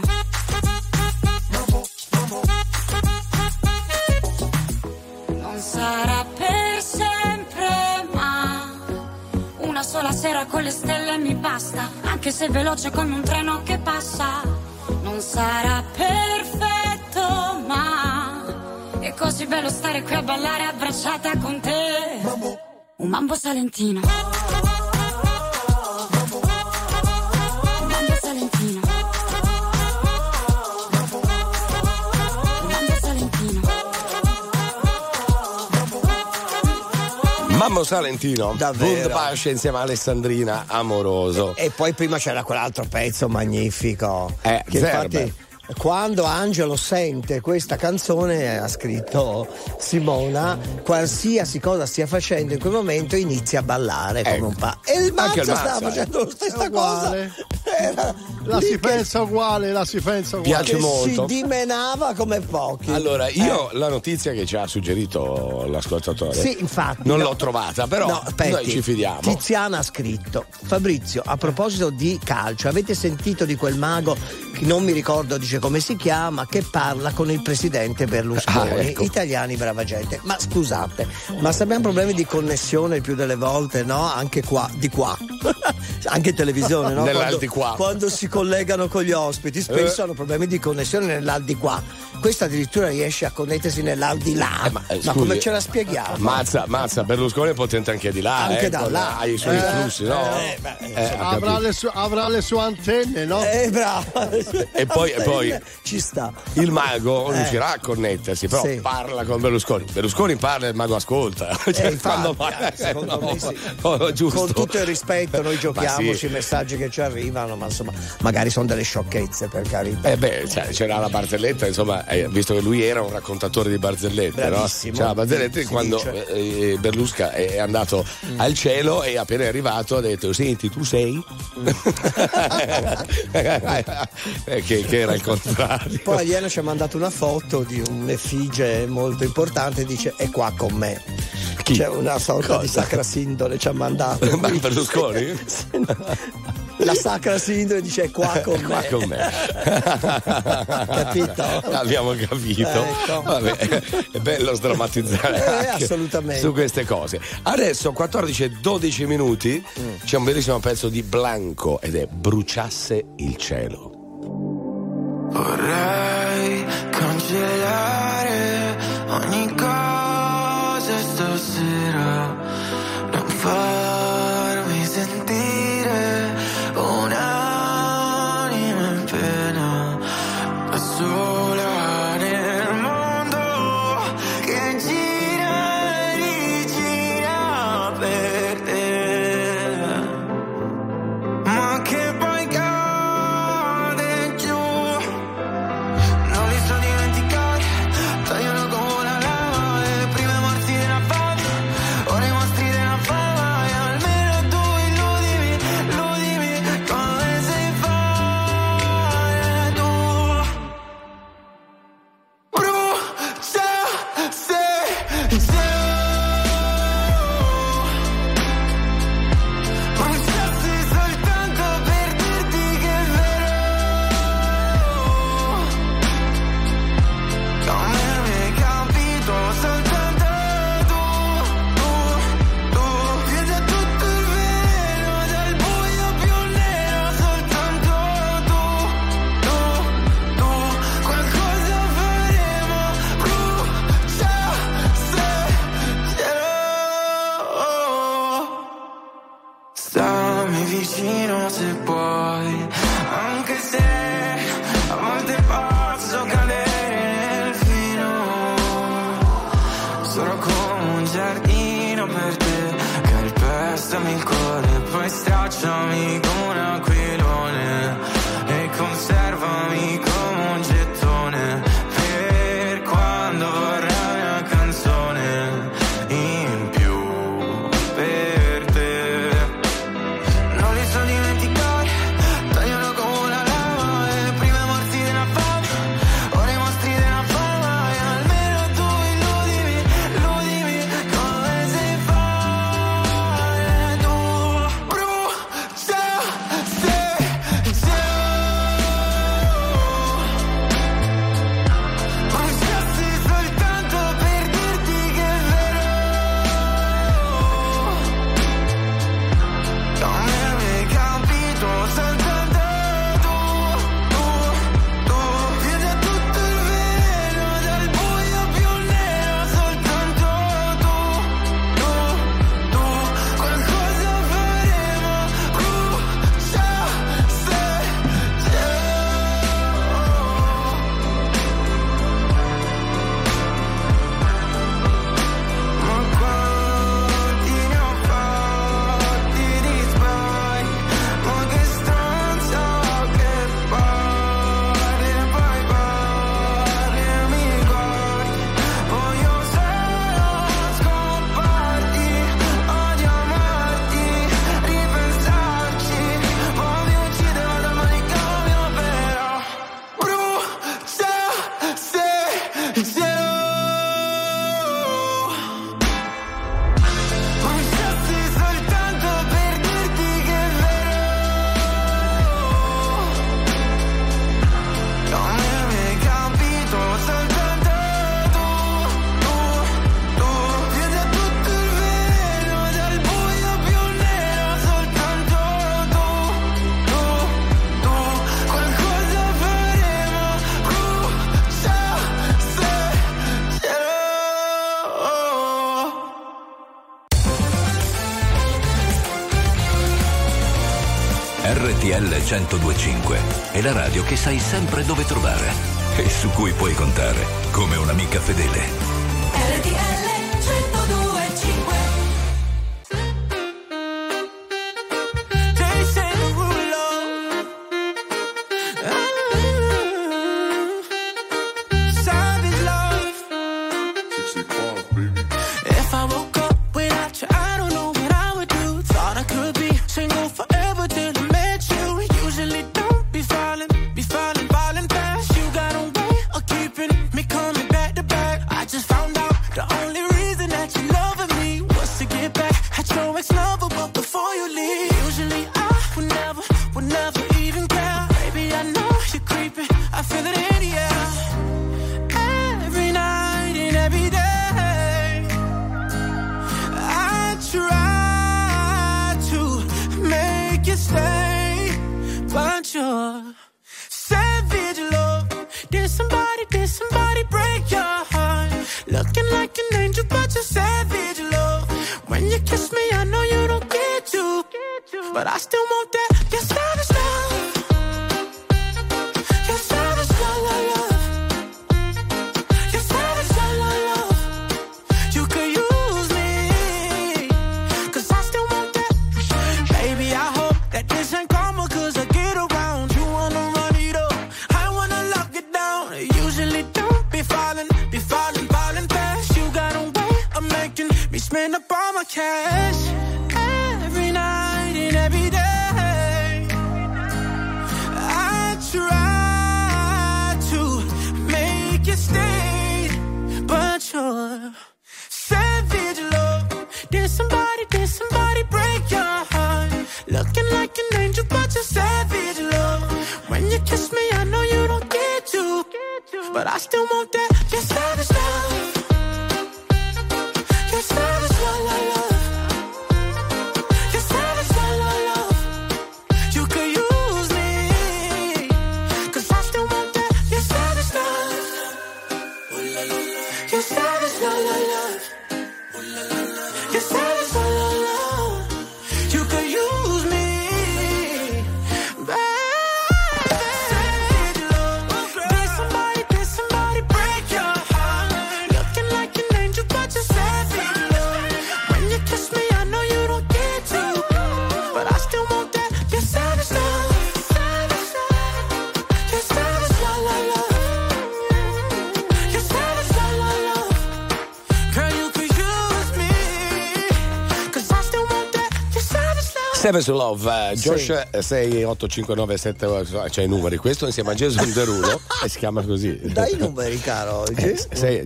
Non sarà per sempre, ma una sola sera con le stelle mi basta, anche se veloce come un treno che passa. Non sarà perfetto, ma è così bello stare qui a ballare abbracciata con te. Un mambo salentino. Mambo salentino. Mambo salentino. Mambo Salentino, Davvero. Wunderbarsche insieme a Alessandrina Amoroso. E poi prima c'era quell'altro pezzo magnifico. Che Zerbe. infatti quando Angelo sente questa canzone, ha scritto Simona, qualsiasi cosa stia facendo in quel momento inizia a ballare come un pa'. E il Anche il Mazza Mazza, stava facendo la stessa cosa. La si pensa uguale, la si pensa uguale. Piace molto. Si dimenava come pochi. Allora, io la notizia che ci ha suggerito l'ascoltatore, Sì, infatti, non no. l'ho trovata, però No, aspetti. noi ci fidiamo. Tiziana ha scritto: Fabrizio, a proposito di calcio, avete sentito di quel mago che non mi ricordo, dice come si chiama, che parla con il presidente Berlusconi? Ecco. Italiani, brava gente. Ma scusate, ma se abbiamo problemi di connessione il più delle volte, no? Anche qua, di qua. Anche in televisione, no? Nell'al di qua. Quando si collegano con gli ospiti, spesso hanno problemi di connessione nell'al di qua. Questa addirittura riesce a connettersi nell'al di là. Ma scusi, come ce la spieghiamo? Mazza, Berlusconi è potente anche di là, Anche da là. Ha i suoi flussi, no? Avrà le sue antenne, no? Bravo. E poi ci sta. Il mago riuscirà a connettersi, però Sì. parla con Berlusconi. Berlusconi parla e il mago ascolta. Infatti, quando secondo me sì. giusto. Con tutto il rispetto, noi giochiamo Ma sì. sui messaggi che ci arrivano, ma insomma, magari sono delle sciocchezze, per carità. C'era la barzelletta, insomma, visto che lui era un raccontatore di barzellette, Bravissimo. no? C'era la barzelletta Si quando Berlusca è andato al cielo e appena è arrivato ha detto: senti, tu sei? che era il contrario. Poi Alieno ci ha mandato una foto di un'effigie molto importante e dice: è qua con me. Chi? C'è una sorta di sacra sindone, ci ha mandato. Ma Berlusconi? La sacra sindone dice: è qua con me. Qua con me. Capito? Abbiamo capito. Ecco. Vabbè, è bello sdrammatizzare anche assolutamente. su queste cose. Adesso 14:12 minuti c'è un bellissimo pezzo di Blanco ed è Bruciasse il cielo. Vorrei cancellare ogni cosa stasera, non farmi sentire un'anima in pena, da sola nel mondo che gira e rigira per te, ma che poi cade giù. Non li so dimenticare, tagliano come la lava, e prima morti di una fame, ora i mostri di una fama, e almeno tu illudimi come sai fare tu. RTL 102.5 è la radio che sai sempre dove trovare e su cui puoi contare come un'amica fedele. RTL 102.5. But I still want that, your savage love. Your savage love. Your savage love. You could use me, 'cause I still want that. Baby, I hope that this ain't karma, 'cause I get around. You wanna run it up, I wanna lock it down. I usually don't be falling fast. You got a way of making me spend up all my cash. Every night and every day I try to make you stay, but you're savage love. Did somebody break your heart? Looking like an angel, but you're savage love. When you kiss me, I know you don't get to, but I still want that, your savage love. Your savage love. Savage Love, Josh 68597, c'è i numeri, questo insieme a Jason Derulo e si chiama così. Dai i numeri, caro, oggi.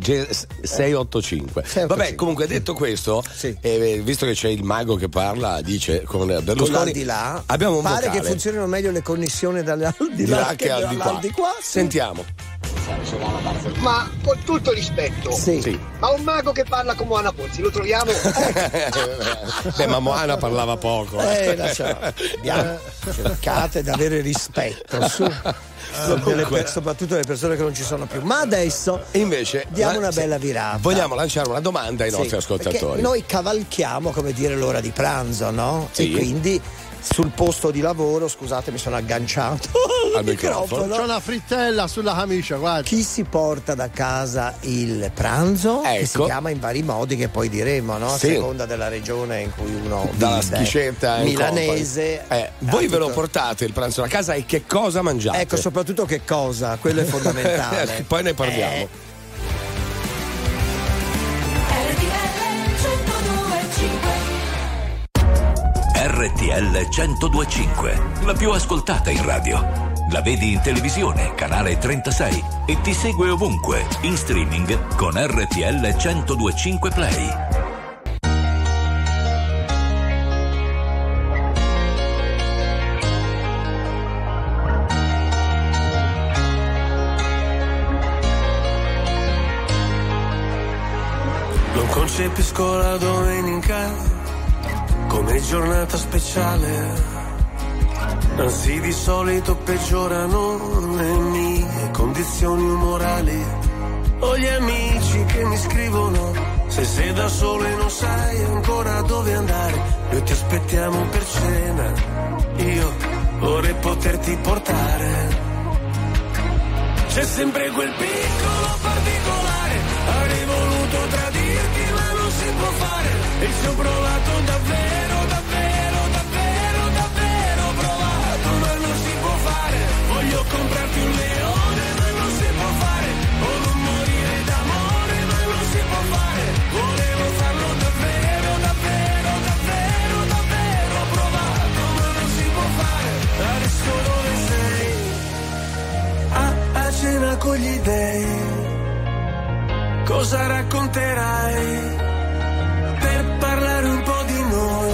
685. Vabbè, comunque detto questo, visto che c'è il mago che parla, dice con Berlusconi, con l'aldilà, abbiamo un pare vocale. che funzionino meglio le connessioni dall'aldilà che al di qua. Sentiamo. Ma con tutto rispetto, ma un mago che parla come Moana Pozzi lo troviamo? Beh, ma Moana parlava poco. Cercate di avere rispetto soprattutto delle persone che non ci sono più. Ma adesso invece diamo una bella virata. Vogliamo lanciare una domanda ai nostri ascoltatori. Noi cavalchiamo, come dire, l'ora di pranzo, no? Sì. E quindi sul posto di lavoro, scusate, mi sono agganciato al microfono. C'è una frittella sulla camicia, guarda. Chi si porta da casa il pranzo, che si chiama in vari modi, che poi diremo, no? A seconda della regione in cui uno dalla vive. schiscetta milanese. Voi ve lo portate il pranzo da casa e che cosa mangiate? Ecco, soprattutto che cosa, quello è fondamentale. Poi ne parliamo. RTL 102.5, la più ascoltata in radio. La vedi in televisione, canale 36 e ti segue ovunque, in streaming con RTL 102.5 Play. Non concepisco la domenica come giornata speciale, anzi di solito peggiorano le mie condizioni umorali. Ho gli amici che mi scrivono: se sei da solo e non sai ancora dove andare, noi ti aspettiamo per cena. Io vorrei poterti portare. C'è sempre quel piccolo particolare, avrei voluto tradirti ma non si può fare, e ci ho provato davvero, davvero, davvero, davvero provato, ma non si può fare. Voglio comprarti un leone ma non si può fare, o non morire d'amore ma non si può fare. Volevo farlo davvero, davvero, davvero, davvero provato, ma non si può fare. Adesso dove sei? A cena con gli dèi, cosa racconterai per parlare un po' di noi?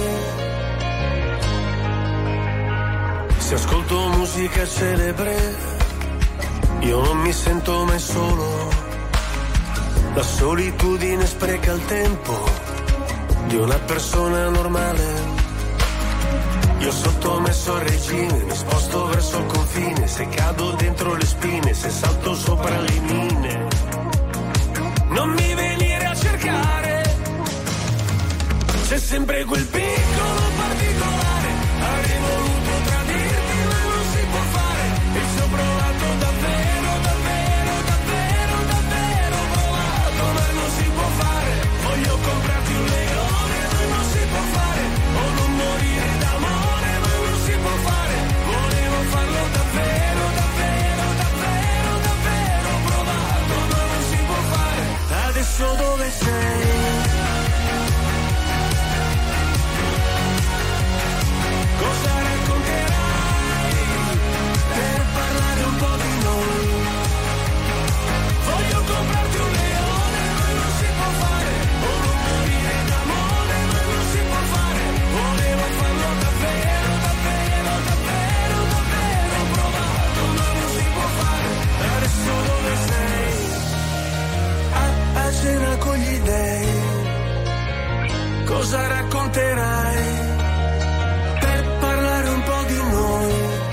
Se ascolto musica celebre, io non mi sento mai solo. La solitudine spreca il tempo di una persona normale. Io sottomesso al regime, mi sposto verso il confine, se cado dentro le spine, se salto sopra le mine. Non mi venire a cercare, c'è sempre quel piccolo particolare, avrei voluto tradirti ma non si può fare, e ci ho provato davvero, davvero, davvero, davvero provato, ma non si può fare. Voglio comprarti un leone ma non si può fare, o non morire d'amore ma non si può fare. Volevo farlo davvero, davvero, davvero, davvero provato, ma non si può fare. Adesso dove sei? Cosa racconterai per parlare un po' di noi? Voglio comprarti un leone ma non si può fare, o non morire d'amore ma non si può fare. Volevo farlo davvero, davvero, davvero, davvero provato, ma non si può fare. Adesso dove sei? A cena con gli dèi, cosa racconterai per parlare un po' di noi?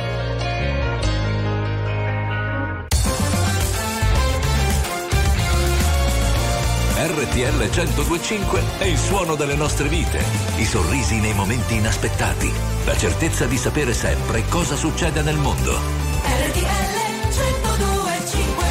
RTL 102.5 è il suono delle nostre vite, i sorrisi nei momenti inaspettati, la certezza di sapere sempre cosa succede nel mondo. RTL 102.5.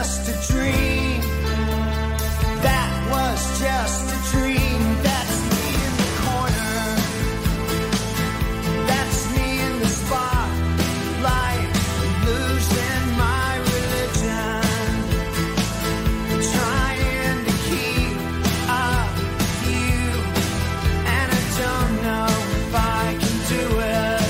just a dream. That was just a dream. That's me in the corner. That's me in the spotlight, losing my religion, trying to keep up with you, and I don't know if I can do it.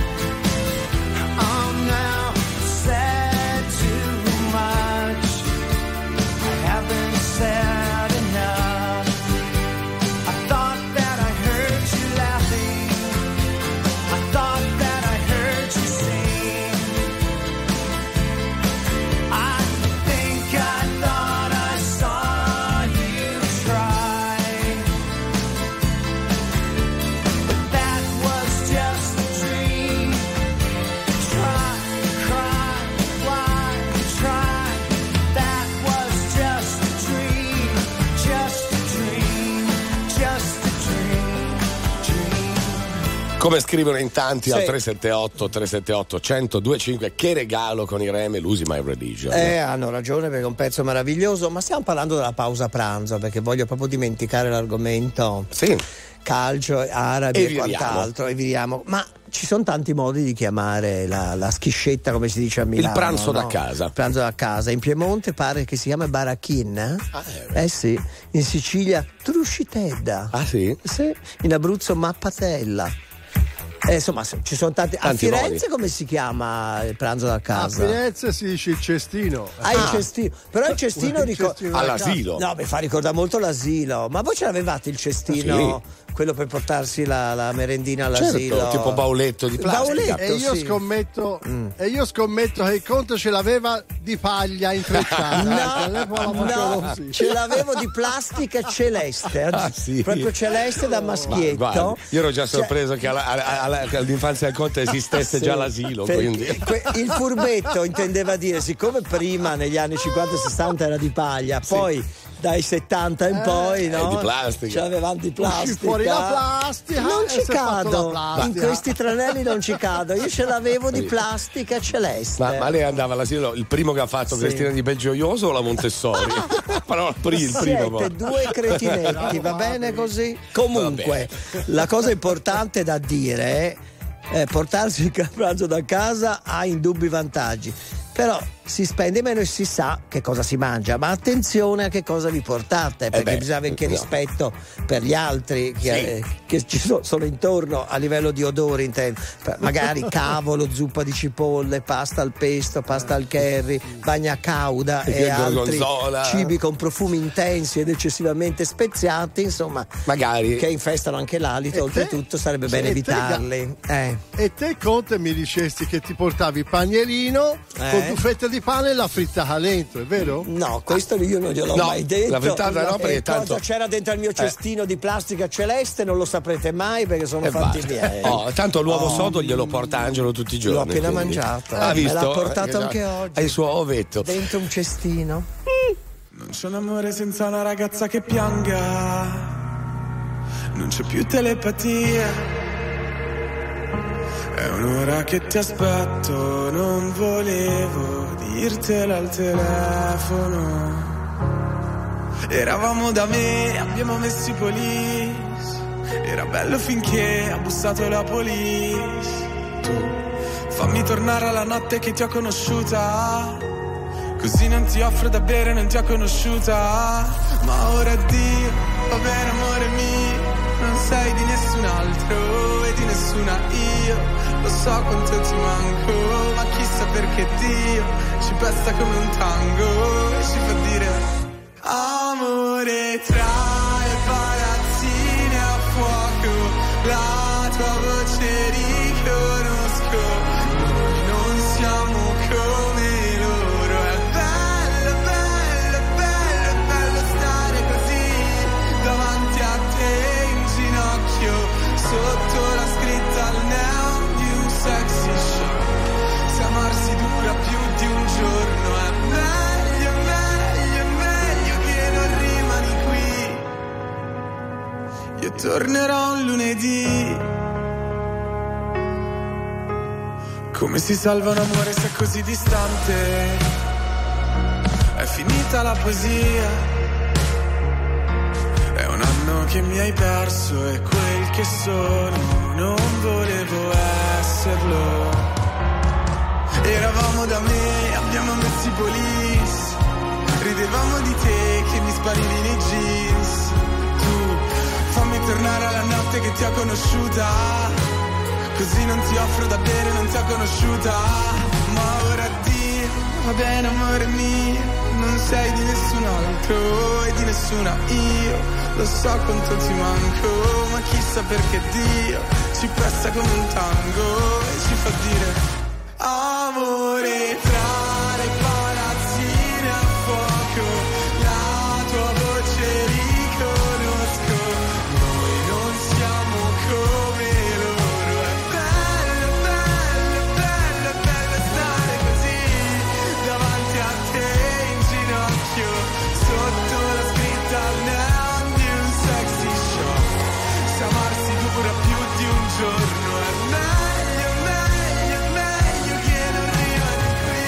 I'm now said too much. I haven't said enough. I thought that I heard you laughing. I thought that I heard you sing. I think I thought I saw you try. But that was just a dream. Try, cry, why try? That was just a dream. Just a dream. Just a dream. Come scrivono in tanti al Sì. 378 1025, che regalo con i Reme, Losing My Religion. Hanno ragione perché è un pezzo meraviglioso, ma stiamo parlando della pausa pranzo perché voglio proprio dimenticare l'argomento. Sì. Calcio, arabi E e viriamo. quant'altro, e viriamo. Ma ci sono tanti modi di chiamare la schiscetta, come si dice a Milano. Il pranzo no? da casa. Il pranzo da casa. In Piemonte pare che si chiama barachin. Sì. In Sicilia truscitedda. Ah sì? Sì. In Abruzzo mappatella. Insomma, ci sono tanti. A Tanti Firenze modi. come si chiama il pranzo da A casa? Firenze si dice il cestino. Il cestino, però il cestino, Il cestino all'asilo. No, mi fa ricordare molto l'asilo. Ma voi ce l'avevate il cestino? Quello per portarsi la merendina all'asilo? Certo, tipo bauletto di plastica. Bauletto, E io sì. scommetto che il conte ce l'aveva di paglia intrecciata. All'epoca la facevo così. Ce l'avevo di plastica celeste, sì. proprio celeste da maschietto. Guarda, io ero già sorpreso che all'infanzia del conte esistesse Sì, già l'asilo. perché Quindi. il furbetto intendeva dire, siccome prima negli anni 50 e 60 era di paglia, poi dai 70 in poi, no? di plastica. Ce l'avevamo di plastica. Uscì fuori la plastica Non e ci si è fatto cado, la plastica. in questi tranelli non ci cado. Io ce l'avevo di plastica celeste. Ma lei andava all'asilo, il primo che ha fatto Sì. Cristina Di Belgioioso o la Montessori? Però il primo. Siete poi. due cretinetti, va bene così? Comunque, la cosa importante da dire è portarsi il pranzo da casa ha indubbi vantaggi. Però si spende meno e si sa che cosa si mangia, ma attenzione a che cosa vi portate, perché bisogna avere anche rispetto per gli altri che ci sono intorno a livello di odori, intendo. Magari cavolo, zuppa di cipolle, pasta al pesto, pasta al curry, bagna cauda e altri gorgonzola. cibi con profumi intensi ed eccessivamente speziati, insomma, magari che infestano anche l'alito. Oltretutto sarebbe bene evitarli. E te, Conte, mi dicesti che ti portavi il panierino con 2 fette di pane e la frittata dentro, è vero? No, questo io non gliel'ho No, mai detto. la frittata no, perché E tanto- cosa c'era dentro il mio cestino di plastica celeste non lo saprete mai perché sono fatti miei. Tanto l'uovo sodo glielo porta Angelo tutti i giorni. L'ho appena quindi. mangiata. Ha Me visto? l'ha portato anche oggi. È il suo ovetto. Dentro un cestino. Non c'è un amore senza una ragazza che pianga, non c'è più telepatia. È un'ora che ti aspetto, non volevo dirtelo al telefono. Eravamo da me, abbiamo messo i police. Era bello finché ha bussato la police. Tu fammi tornare alla notte che ti ho conosciuta, così non ti offro da bere, non ti ho conosciuta. Ma ora addio, va bene amore mio, non sei di nessun altro e di nessuna io. Lo so quanto ti manco, ma chissà perché Dio ci pesta come un tango e ci fa dire amore tra le palazzine a fuoco. La tua voce riconosco, noi non siamo come loro. È bello, bello, bello, bello stare così davanti a te in ginocchio, sotto la scritta al neon di un sexy show. Se amarsi dura più di un giorno è meglio, meglio, meglio che non rimani qui. Io tornerò un lunedì. Come si salva un amore se è così distante? È tutta la poesia. È un anno che mi hai perso e quel che sono non volevo esserlo. Eravamo da me, abbiamo messo i police, ridevamo di te che mi sparivi nei jeans. Tu fammi tornare alla notte che ti ho conosciuta, così non ti offro da bere, non ti ho conosciuta. Ma ora addio, va bene amore mio, non sei di nessun altro e di nessuna io. Lo so quanto ti manco, ma chissà perché Dio ci pressa come un tango e ci fa dire amore tra le palazzine a fuoco. La tua voce riconosco, noi non siamo come loro. È bello, bello, bello, bello stare così davanti a te in ginocchio, sotto la scritta al neon di un sexy show. Se amarsi dura più di un giorno è meglio, meglio, meglio che non rimani qui.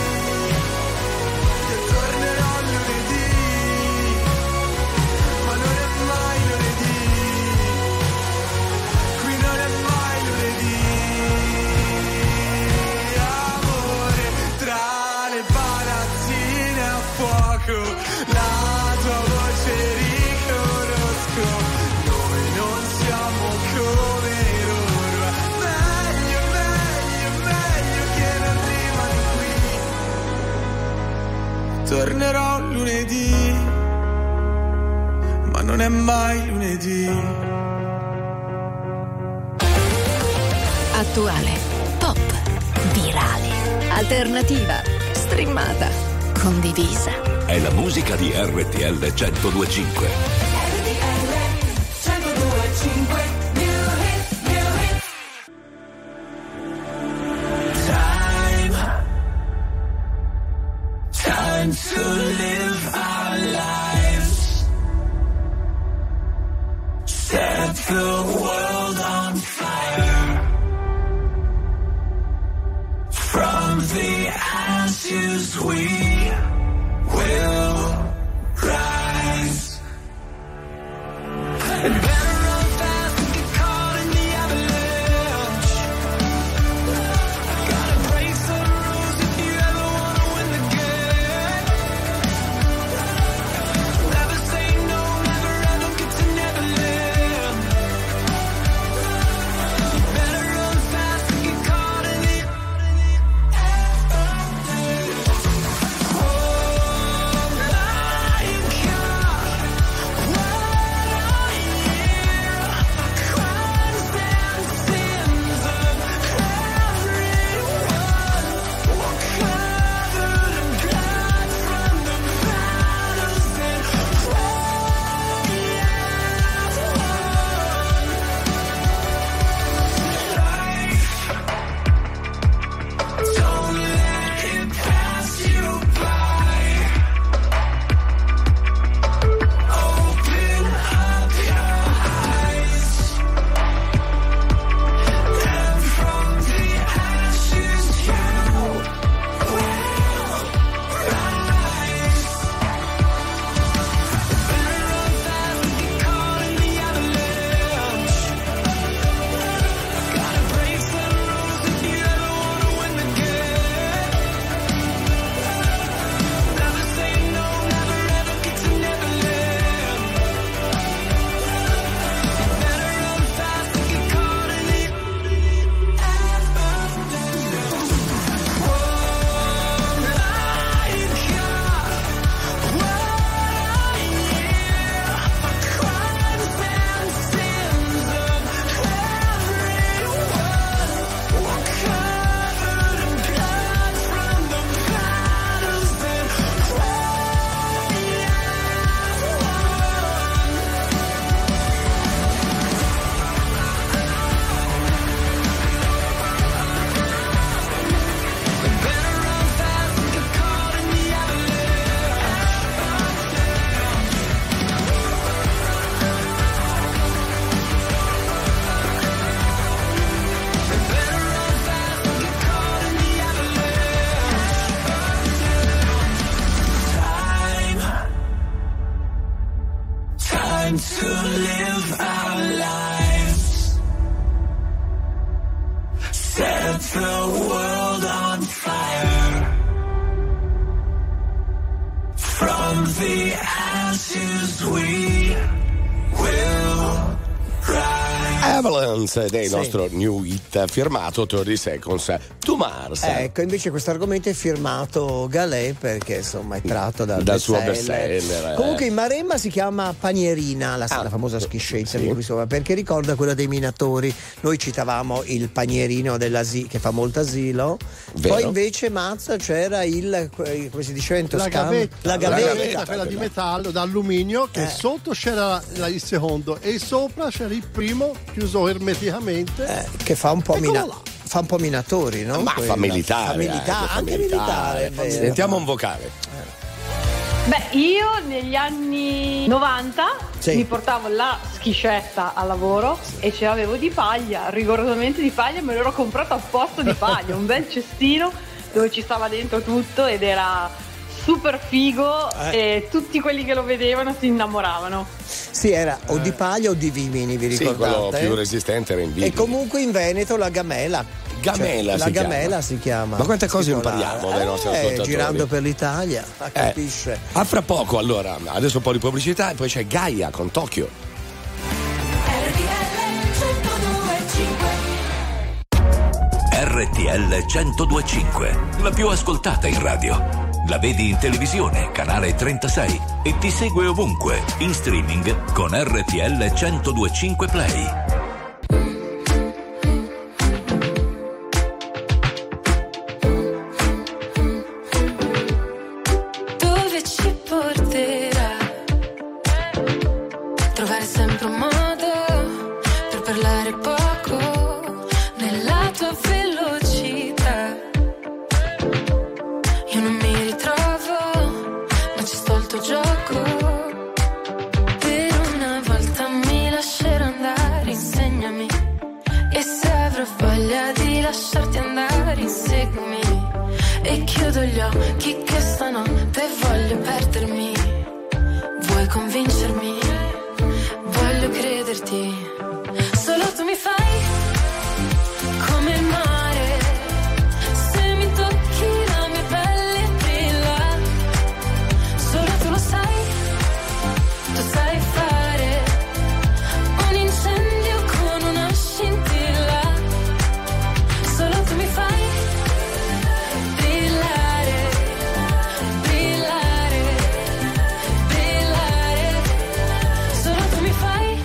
Io tornerò lunedì, ma non è mai lunedì. Qui non è mai lunedì. Amore tra le palazzine a fuoco, la tua voce riconosco, noi non siamo come loro. Meglio, meglio, meglio che non rimani qui. Tornerò lunedì, ma non è mai lunedì. Attuale, pop, virale, alternativa, streamata, condivisa. È la musica di RTL 102.5. Time to live our lives. Set the world on fire. From the ashes we will rise. And better run fast than get caught in the avalanche. Gotta break some rules if you ever wanna win the game. Never say no, never ever get to Neverland. You better run fast than get caught in the avalanche. Oh, meant to live our lives. Set the world on fire. From the ashes we will rise. Avalanche ed è il nostro new hit firmato 30 Seconds to Mars. Ecco, invece questo argomento è firmato Galè perché insomma è tratto dal suo bestseller. Comunque in Maremma si chiama Panierina, la famosa schiscetta di cui insomma, perché ricorda quella dei minatori. Noi citavamo il panierino che fa molto asilo. Vero. Poi invece Mazza c'era come si diceva in Toscana? La gavetta, quella di metallo, d'alluminio, che sotto c'era il secondo e sopra c'era il primo chiuso ermeticamente, che fa un po' minatori, no? Ma fa militare. Anche militare. Sentiamo un vocale. Beh, io negli anni 90 mi portavo la schiscetta al lavoro e ce l'avevo di paglia, rigorosamente di paglia, me l'ero comprato apposta di paglia, un bel cestino dove ci stava dentro tutto ed era super figo e tutti quelli che lo vedevano si innamoravano. Sì, era o di paglia o di vimini, vi ricordate? Sì, quello più resistente era in vimini. E comunque in Veneto la gamela. La gamela si chiama. Ma quante cose impariamo dai nostri ascoltatori? Girando per l'Italia, capisce. A fra poco, allora, adesso un po' di pubblicità e poi c'è Gaia con Tokyo. RTL 102.5, la più ascoltata in radio. La vedi in televisione, canale 36 e ti segue ovunque, in streaming con RTL 102.5 Play. Dove ci porterà? Trovare sempre un modo per parlare poco nella tua velocità. Io non mi ritrovo, ma ci sto al tuo gioco. Per una volta mi lascerò andare, insegnami. E se avrò voglia di lasciarti andare, inseguimi. E chiudo gli occhi che stanotte voglio perdermi. Vuoi convincermi? Voglio crederti. Solo tu mi fai come il mare. Se mi tocchi la mia pelle brilla. Solo tu lo sai. Tu sai fare un incendio con una scintilla. Solo tu mi fai brillare, brillare, brillare. Solo tu mi fai.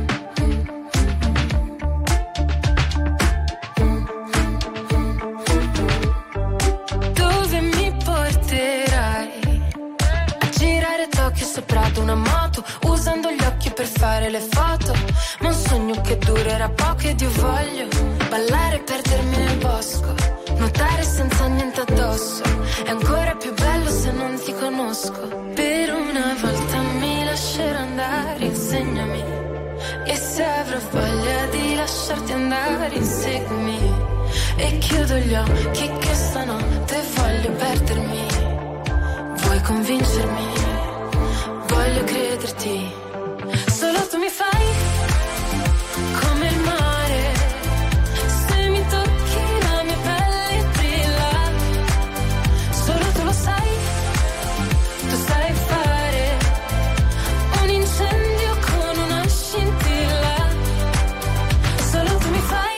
Dove mi porterai? A girare Tokyo sopra ad una moto, usando gli occhi per fare le foto. Ma un sogno che durerà poco ed io voglio ballare e perdermi nel bosco, nuotare senza niente addosso. È ancora più bello se non ti conosco. Per una volta mi lascerò andare, insegnami. E se avrò voglia di lasciarti andare, inseguimi. E chiudo gli occhi che stanotte voglio perdermi. Vuoi convincermi? Voglio crederti. Solo tu mi fai come il mare. Se mi tocchi la mia pelle brilla. Solo tu lo sai. Tu sai fare un incendio con una scintilla. Solo tu mi fai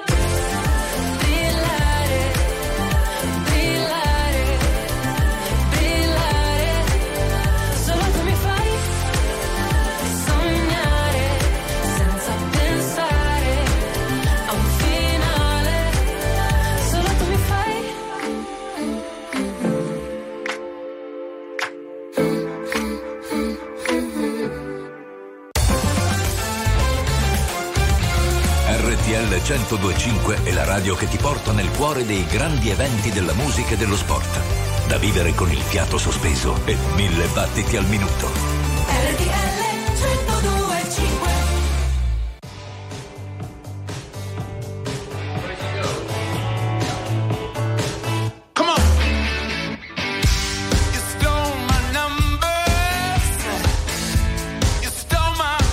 brillare, brillare, brillare. Solo tu mi fai sognare senza pensare a un finale. Solo tu mi fai. RTL 102.5 è la radio che ti porta nel cuore dei grandi eventi della musica e dello sport. Da vivere con il fiato sospeso e 1000 battiti al minuto. RTL 102.5. Come on. You stole my numbers. You stole my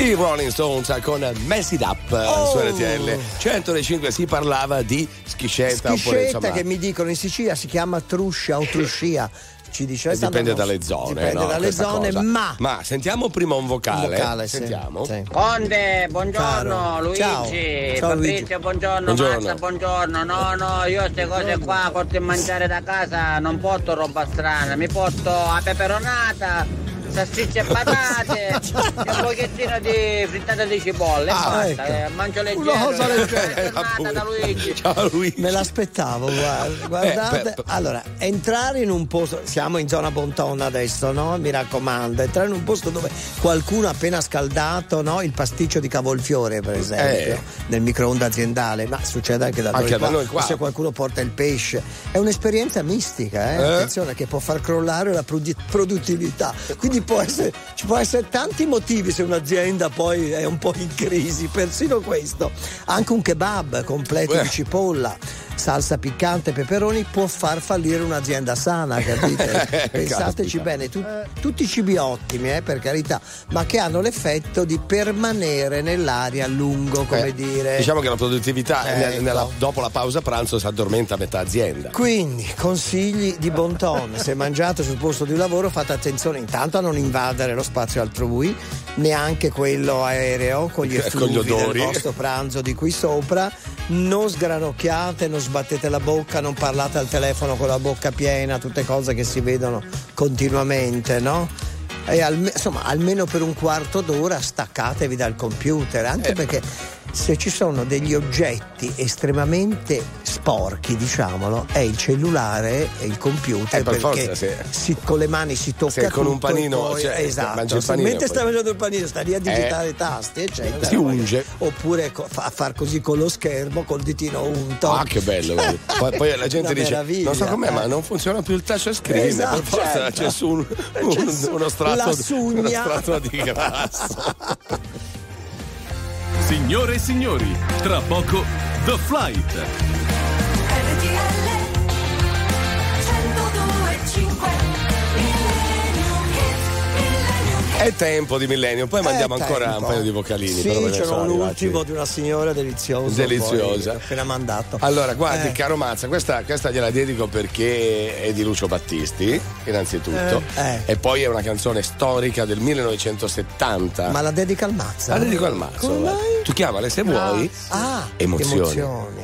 I Rolling Stones con Mess It Up su RTL 105. Si parlava di schiscetta oppure, insomma, che mi dicono in Sicilia si chiama truscia o truscia. Ci dice, dipende dalle zone, dipende dalle zone, ma sentiamo prima un vocale, sentiamo. Sì. Conte, buongiorno. Caro. Luigi, ciao Fabrizio, Luigi. buongiorno. Mazza, buongiorno. No, io queste cose qua porto in mangiare da casa, non porto roba strana, mi porto la peperonata, salsicce e patate e un pochettino di frittata di cipolle, mangio leggero. Una cosa leggera. Da Luigi. Ciao Luigi. Me l'aspettavo, guardate. Allora, entrare in un posto, siamo in zona Bontonna adesso, no? Mi raccomando, entrare in un posto dove qualcuno ha appena scaldato, no? Il pasticcio di cavolfiore, per esempio, nel microonde aziendale, ma succede anche da noi qua. Se qualcuno porta il pesce, è un'esperienza mistica, attenzione, che può far crollare la produttività. Quindi ci può essere tanti motivi se un'azienda poi è un po' in crisi, persino questo. Anche un kebab completo di cipolla, salsa piccante, peperoni può far fallire un'azienda sana, capite? Pensateci bene, tutti cibi ottimi, per carità, ma che hanno l'effetto di permanere nell'aria a lungo, come dire. Diciamo che la produttività dopo la pausa pranzo si addormenta a metà azienda. Quindi, consigli di bon ton: se mangiate sul posto di lavoro fate attenzione intanto a non invadere lo spazio altrui, neanche quello aereo con gli effluvi del vostro pranzo di qui sopra. Non sgranocchiate, non sbattete la bocca, non parlate al telefono con la bocca piena, tutte cose che si vedono continuamente, no? E almeno per un quarto d'ora staccatevi dal computer, anche perché se ci sono degli oggetti estremamente sporchi, diciamolo, è il cellulare e il computer, per perché forza, con le mani si tocca con un panino, poi, esatto, il panino, mentre sta mangiando il panino sta lì a digitare i tasti, eccetera, si unge, oppure a far così con lo schermo, col ditino unto. Che bello. poi la gente dice non so com'è, ma non funziona più il touchscreen, per forza c'è su uno strato di grasso. Signore e signori, tra poco The Flight. È tempo di Millennium, poi mandiamo ancora un paio di vocalini. Sì, c'è un ultimo di una signora deliziosa. Poi, appena mandato. Allora, guardi, caro Mazza, questa gliela dedico perché è di Lucio Battisti, innanzitutto. E poi è una canzone storica del 1970. Ma la dedica al Mazza? La dedico al Mazza. Tu chiamale se vuoi. Emozioni.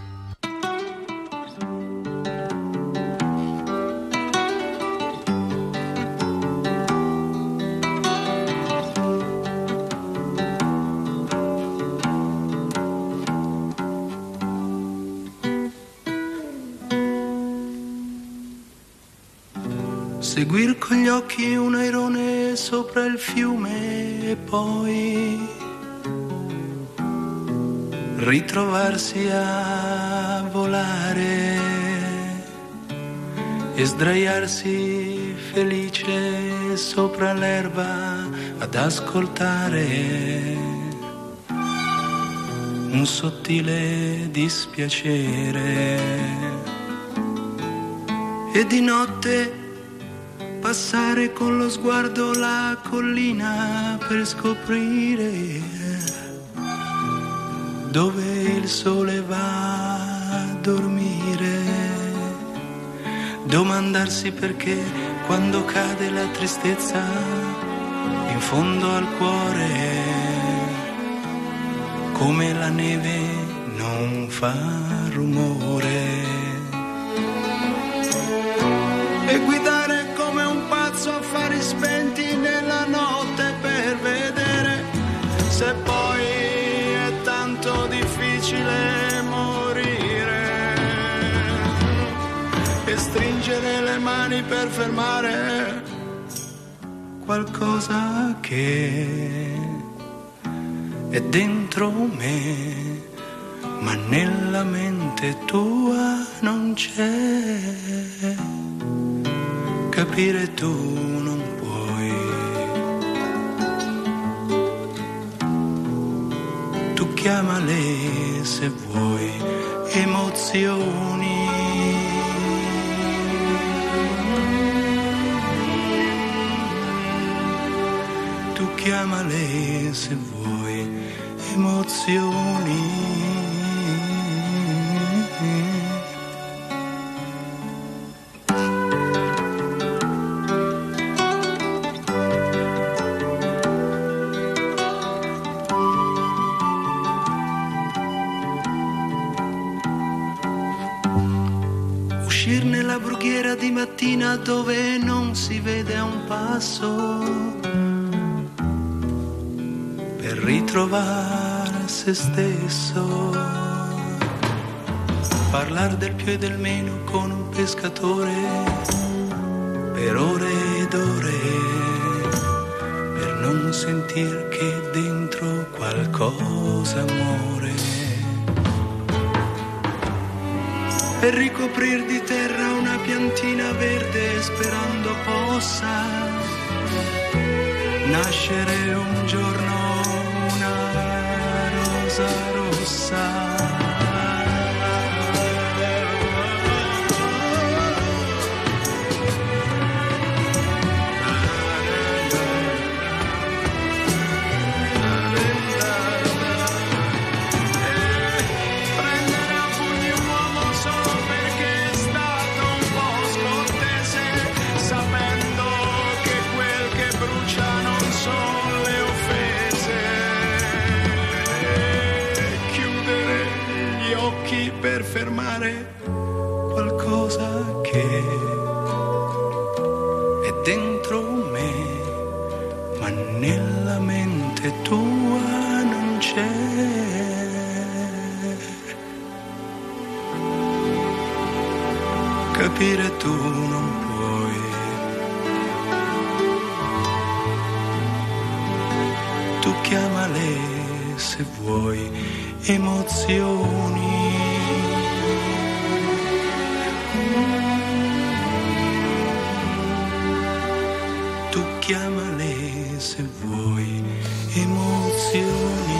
Seguir con gli occhi un airone sopra il fiume e poi ritrovarsi a volare e sdraiarsi felice sopra l'erba ad ascoltare un sottile dispiacere e di notte passare con lo sguardo la collina per scoprire dove il sole va a dormire, domandarsi perché quando cade la tristezza in fondo al cuore, come la neve non fa rumore, e guidare come un pazzo a fari spenti nella notte per vedere se poi è tanto difficile morire, e stringere le mani per fermare qualcosa che è dentro me, ma nella mente tua non c'è. Capire tu non puoi, tu chiamale se vuoi emozioni. Tu chiamale se vuoi emozioni. Uscir nella brughiera di mattina dove non si vede a un passo, per ritrovare se stesso, parlare del più e del meno con un pescatore per ore ed ore, per non sentir che dentro qualcosa muore, per ricoprir di terra una piantina verde sperando possa nascere un giorno una rosa rossa. Per fermare qualcosa che è dentro me, ma nella mente tua non c'è. Capire tu non puoi. Tu chiamale se vuoi emozioni. Chiamale se vuoi emozioni.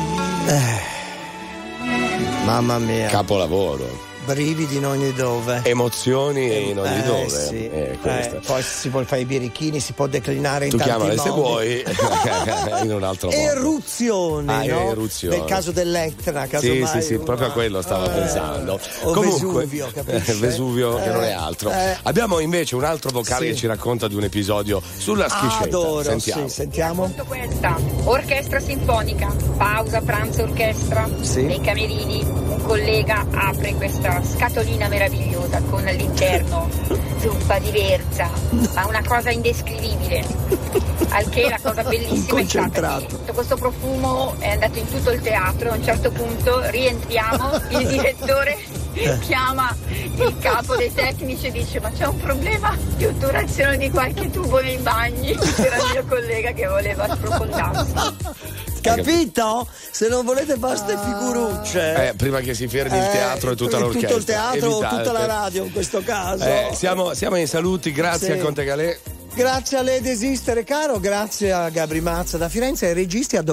Mamma mia. Capolavoro. Brividi in ogni dove. Emozioni in ogni dove. Sì. Poi si può fare i birichini, si può declinare in tu tanti chiamale modi. Se vuoi in un altro modo. Eruzioni, no? Eruzioni. Nel caso dell'Etna, casomai. Sì, proprio a quello stavo pensando. O comunque Vesuvio, capisci? Vesuvio che non è altro. Abbiamo invece un altro vocale che ci racconta di un episodio sulla schiscetta. Adoro, sentiamo. Sentiamo. Questa orchestra sinfonica, pausa pranzo orchestra, nei camerini un collega apre questa scatolina meravigliosa con all'interno zuppa di verza, ma una cosa indescrivibile, al che la cosa bellissima è stata che tutto questo profumo è andato in tutto il teatro. A un certo punto rientriamo, il direttore chiama il capo dei tecnici e dice: ma c'è un problema di otturazione di qualche tubo nei bagni. Era il mio collega che voleva sprofondarsi. Capito? Se non volete fare ste figurucce. Prima che si fermi il teatro e tutta l'orchestra. Tutto il teatro o tutta la radio in questo caso. Siamo ai saluti, grazie a Conte Galè. Grazie a lei di esistere, caro, grazie a Gabri Mazza da Firenze, ai registi, a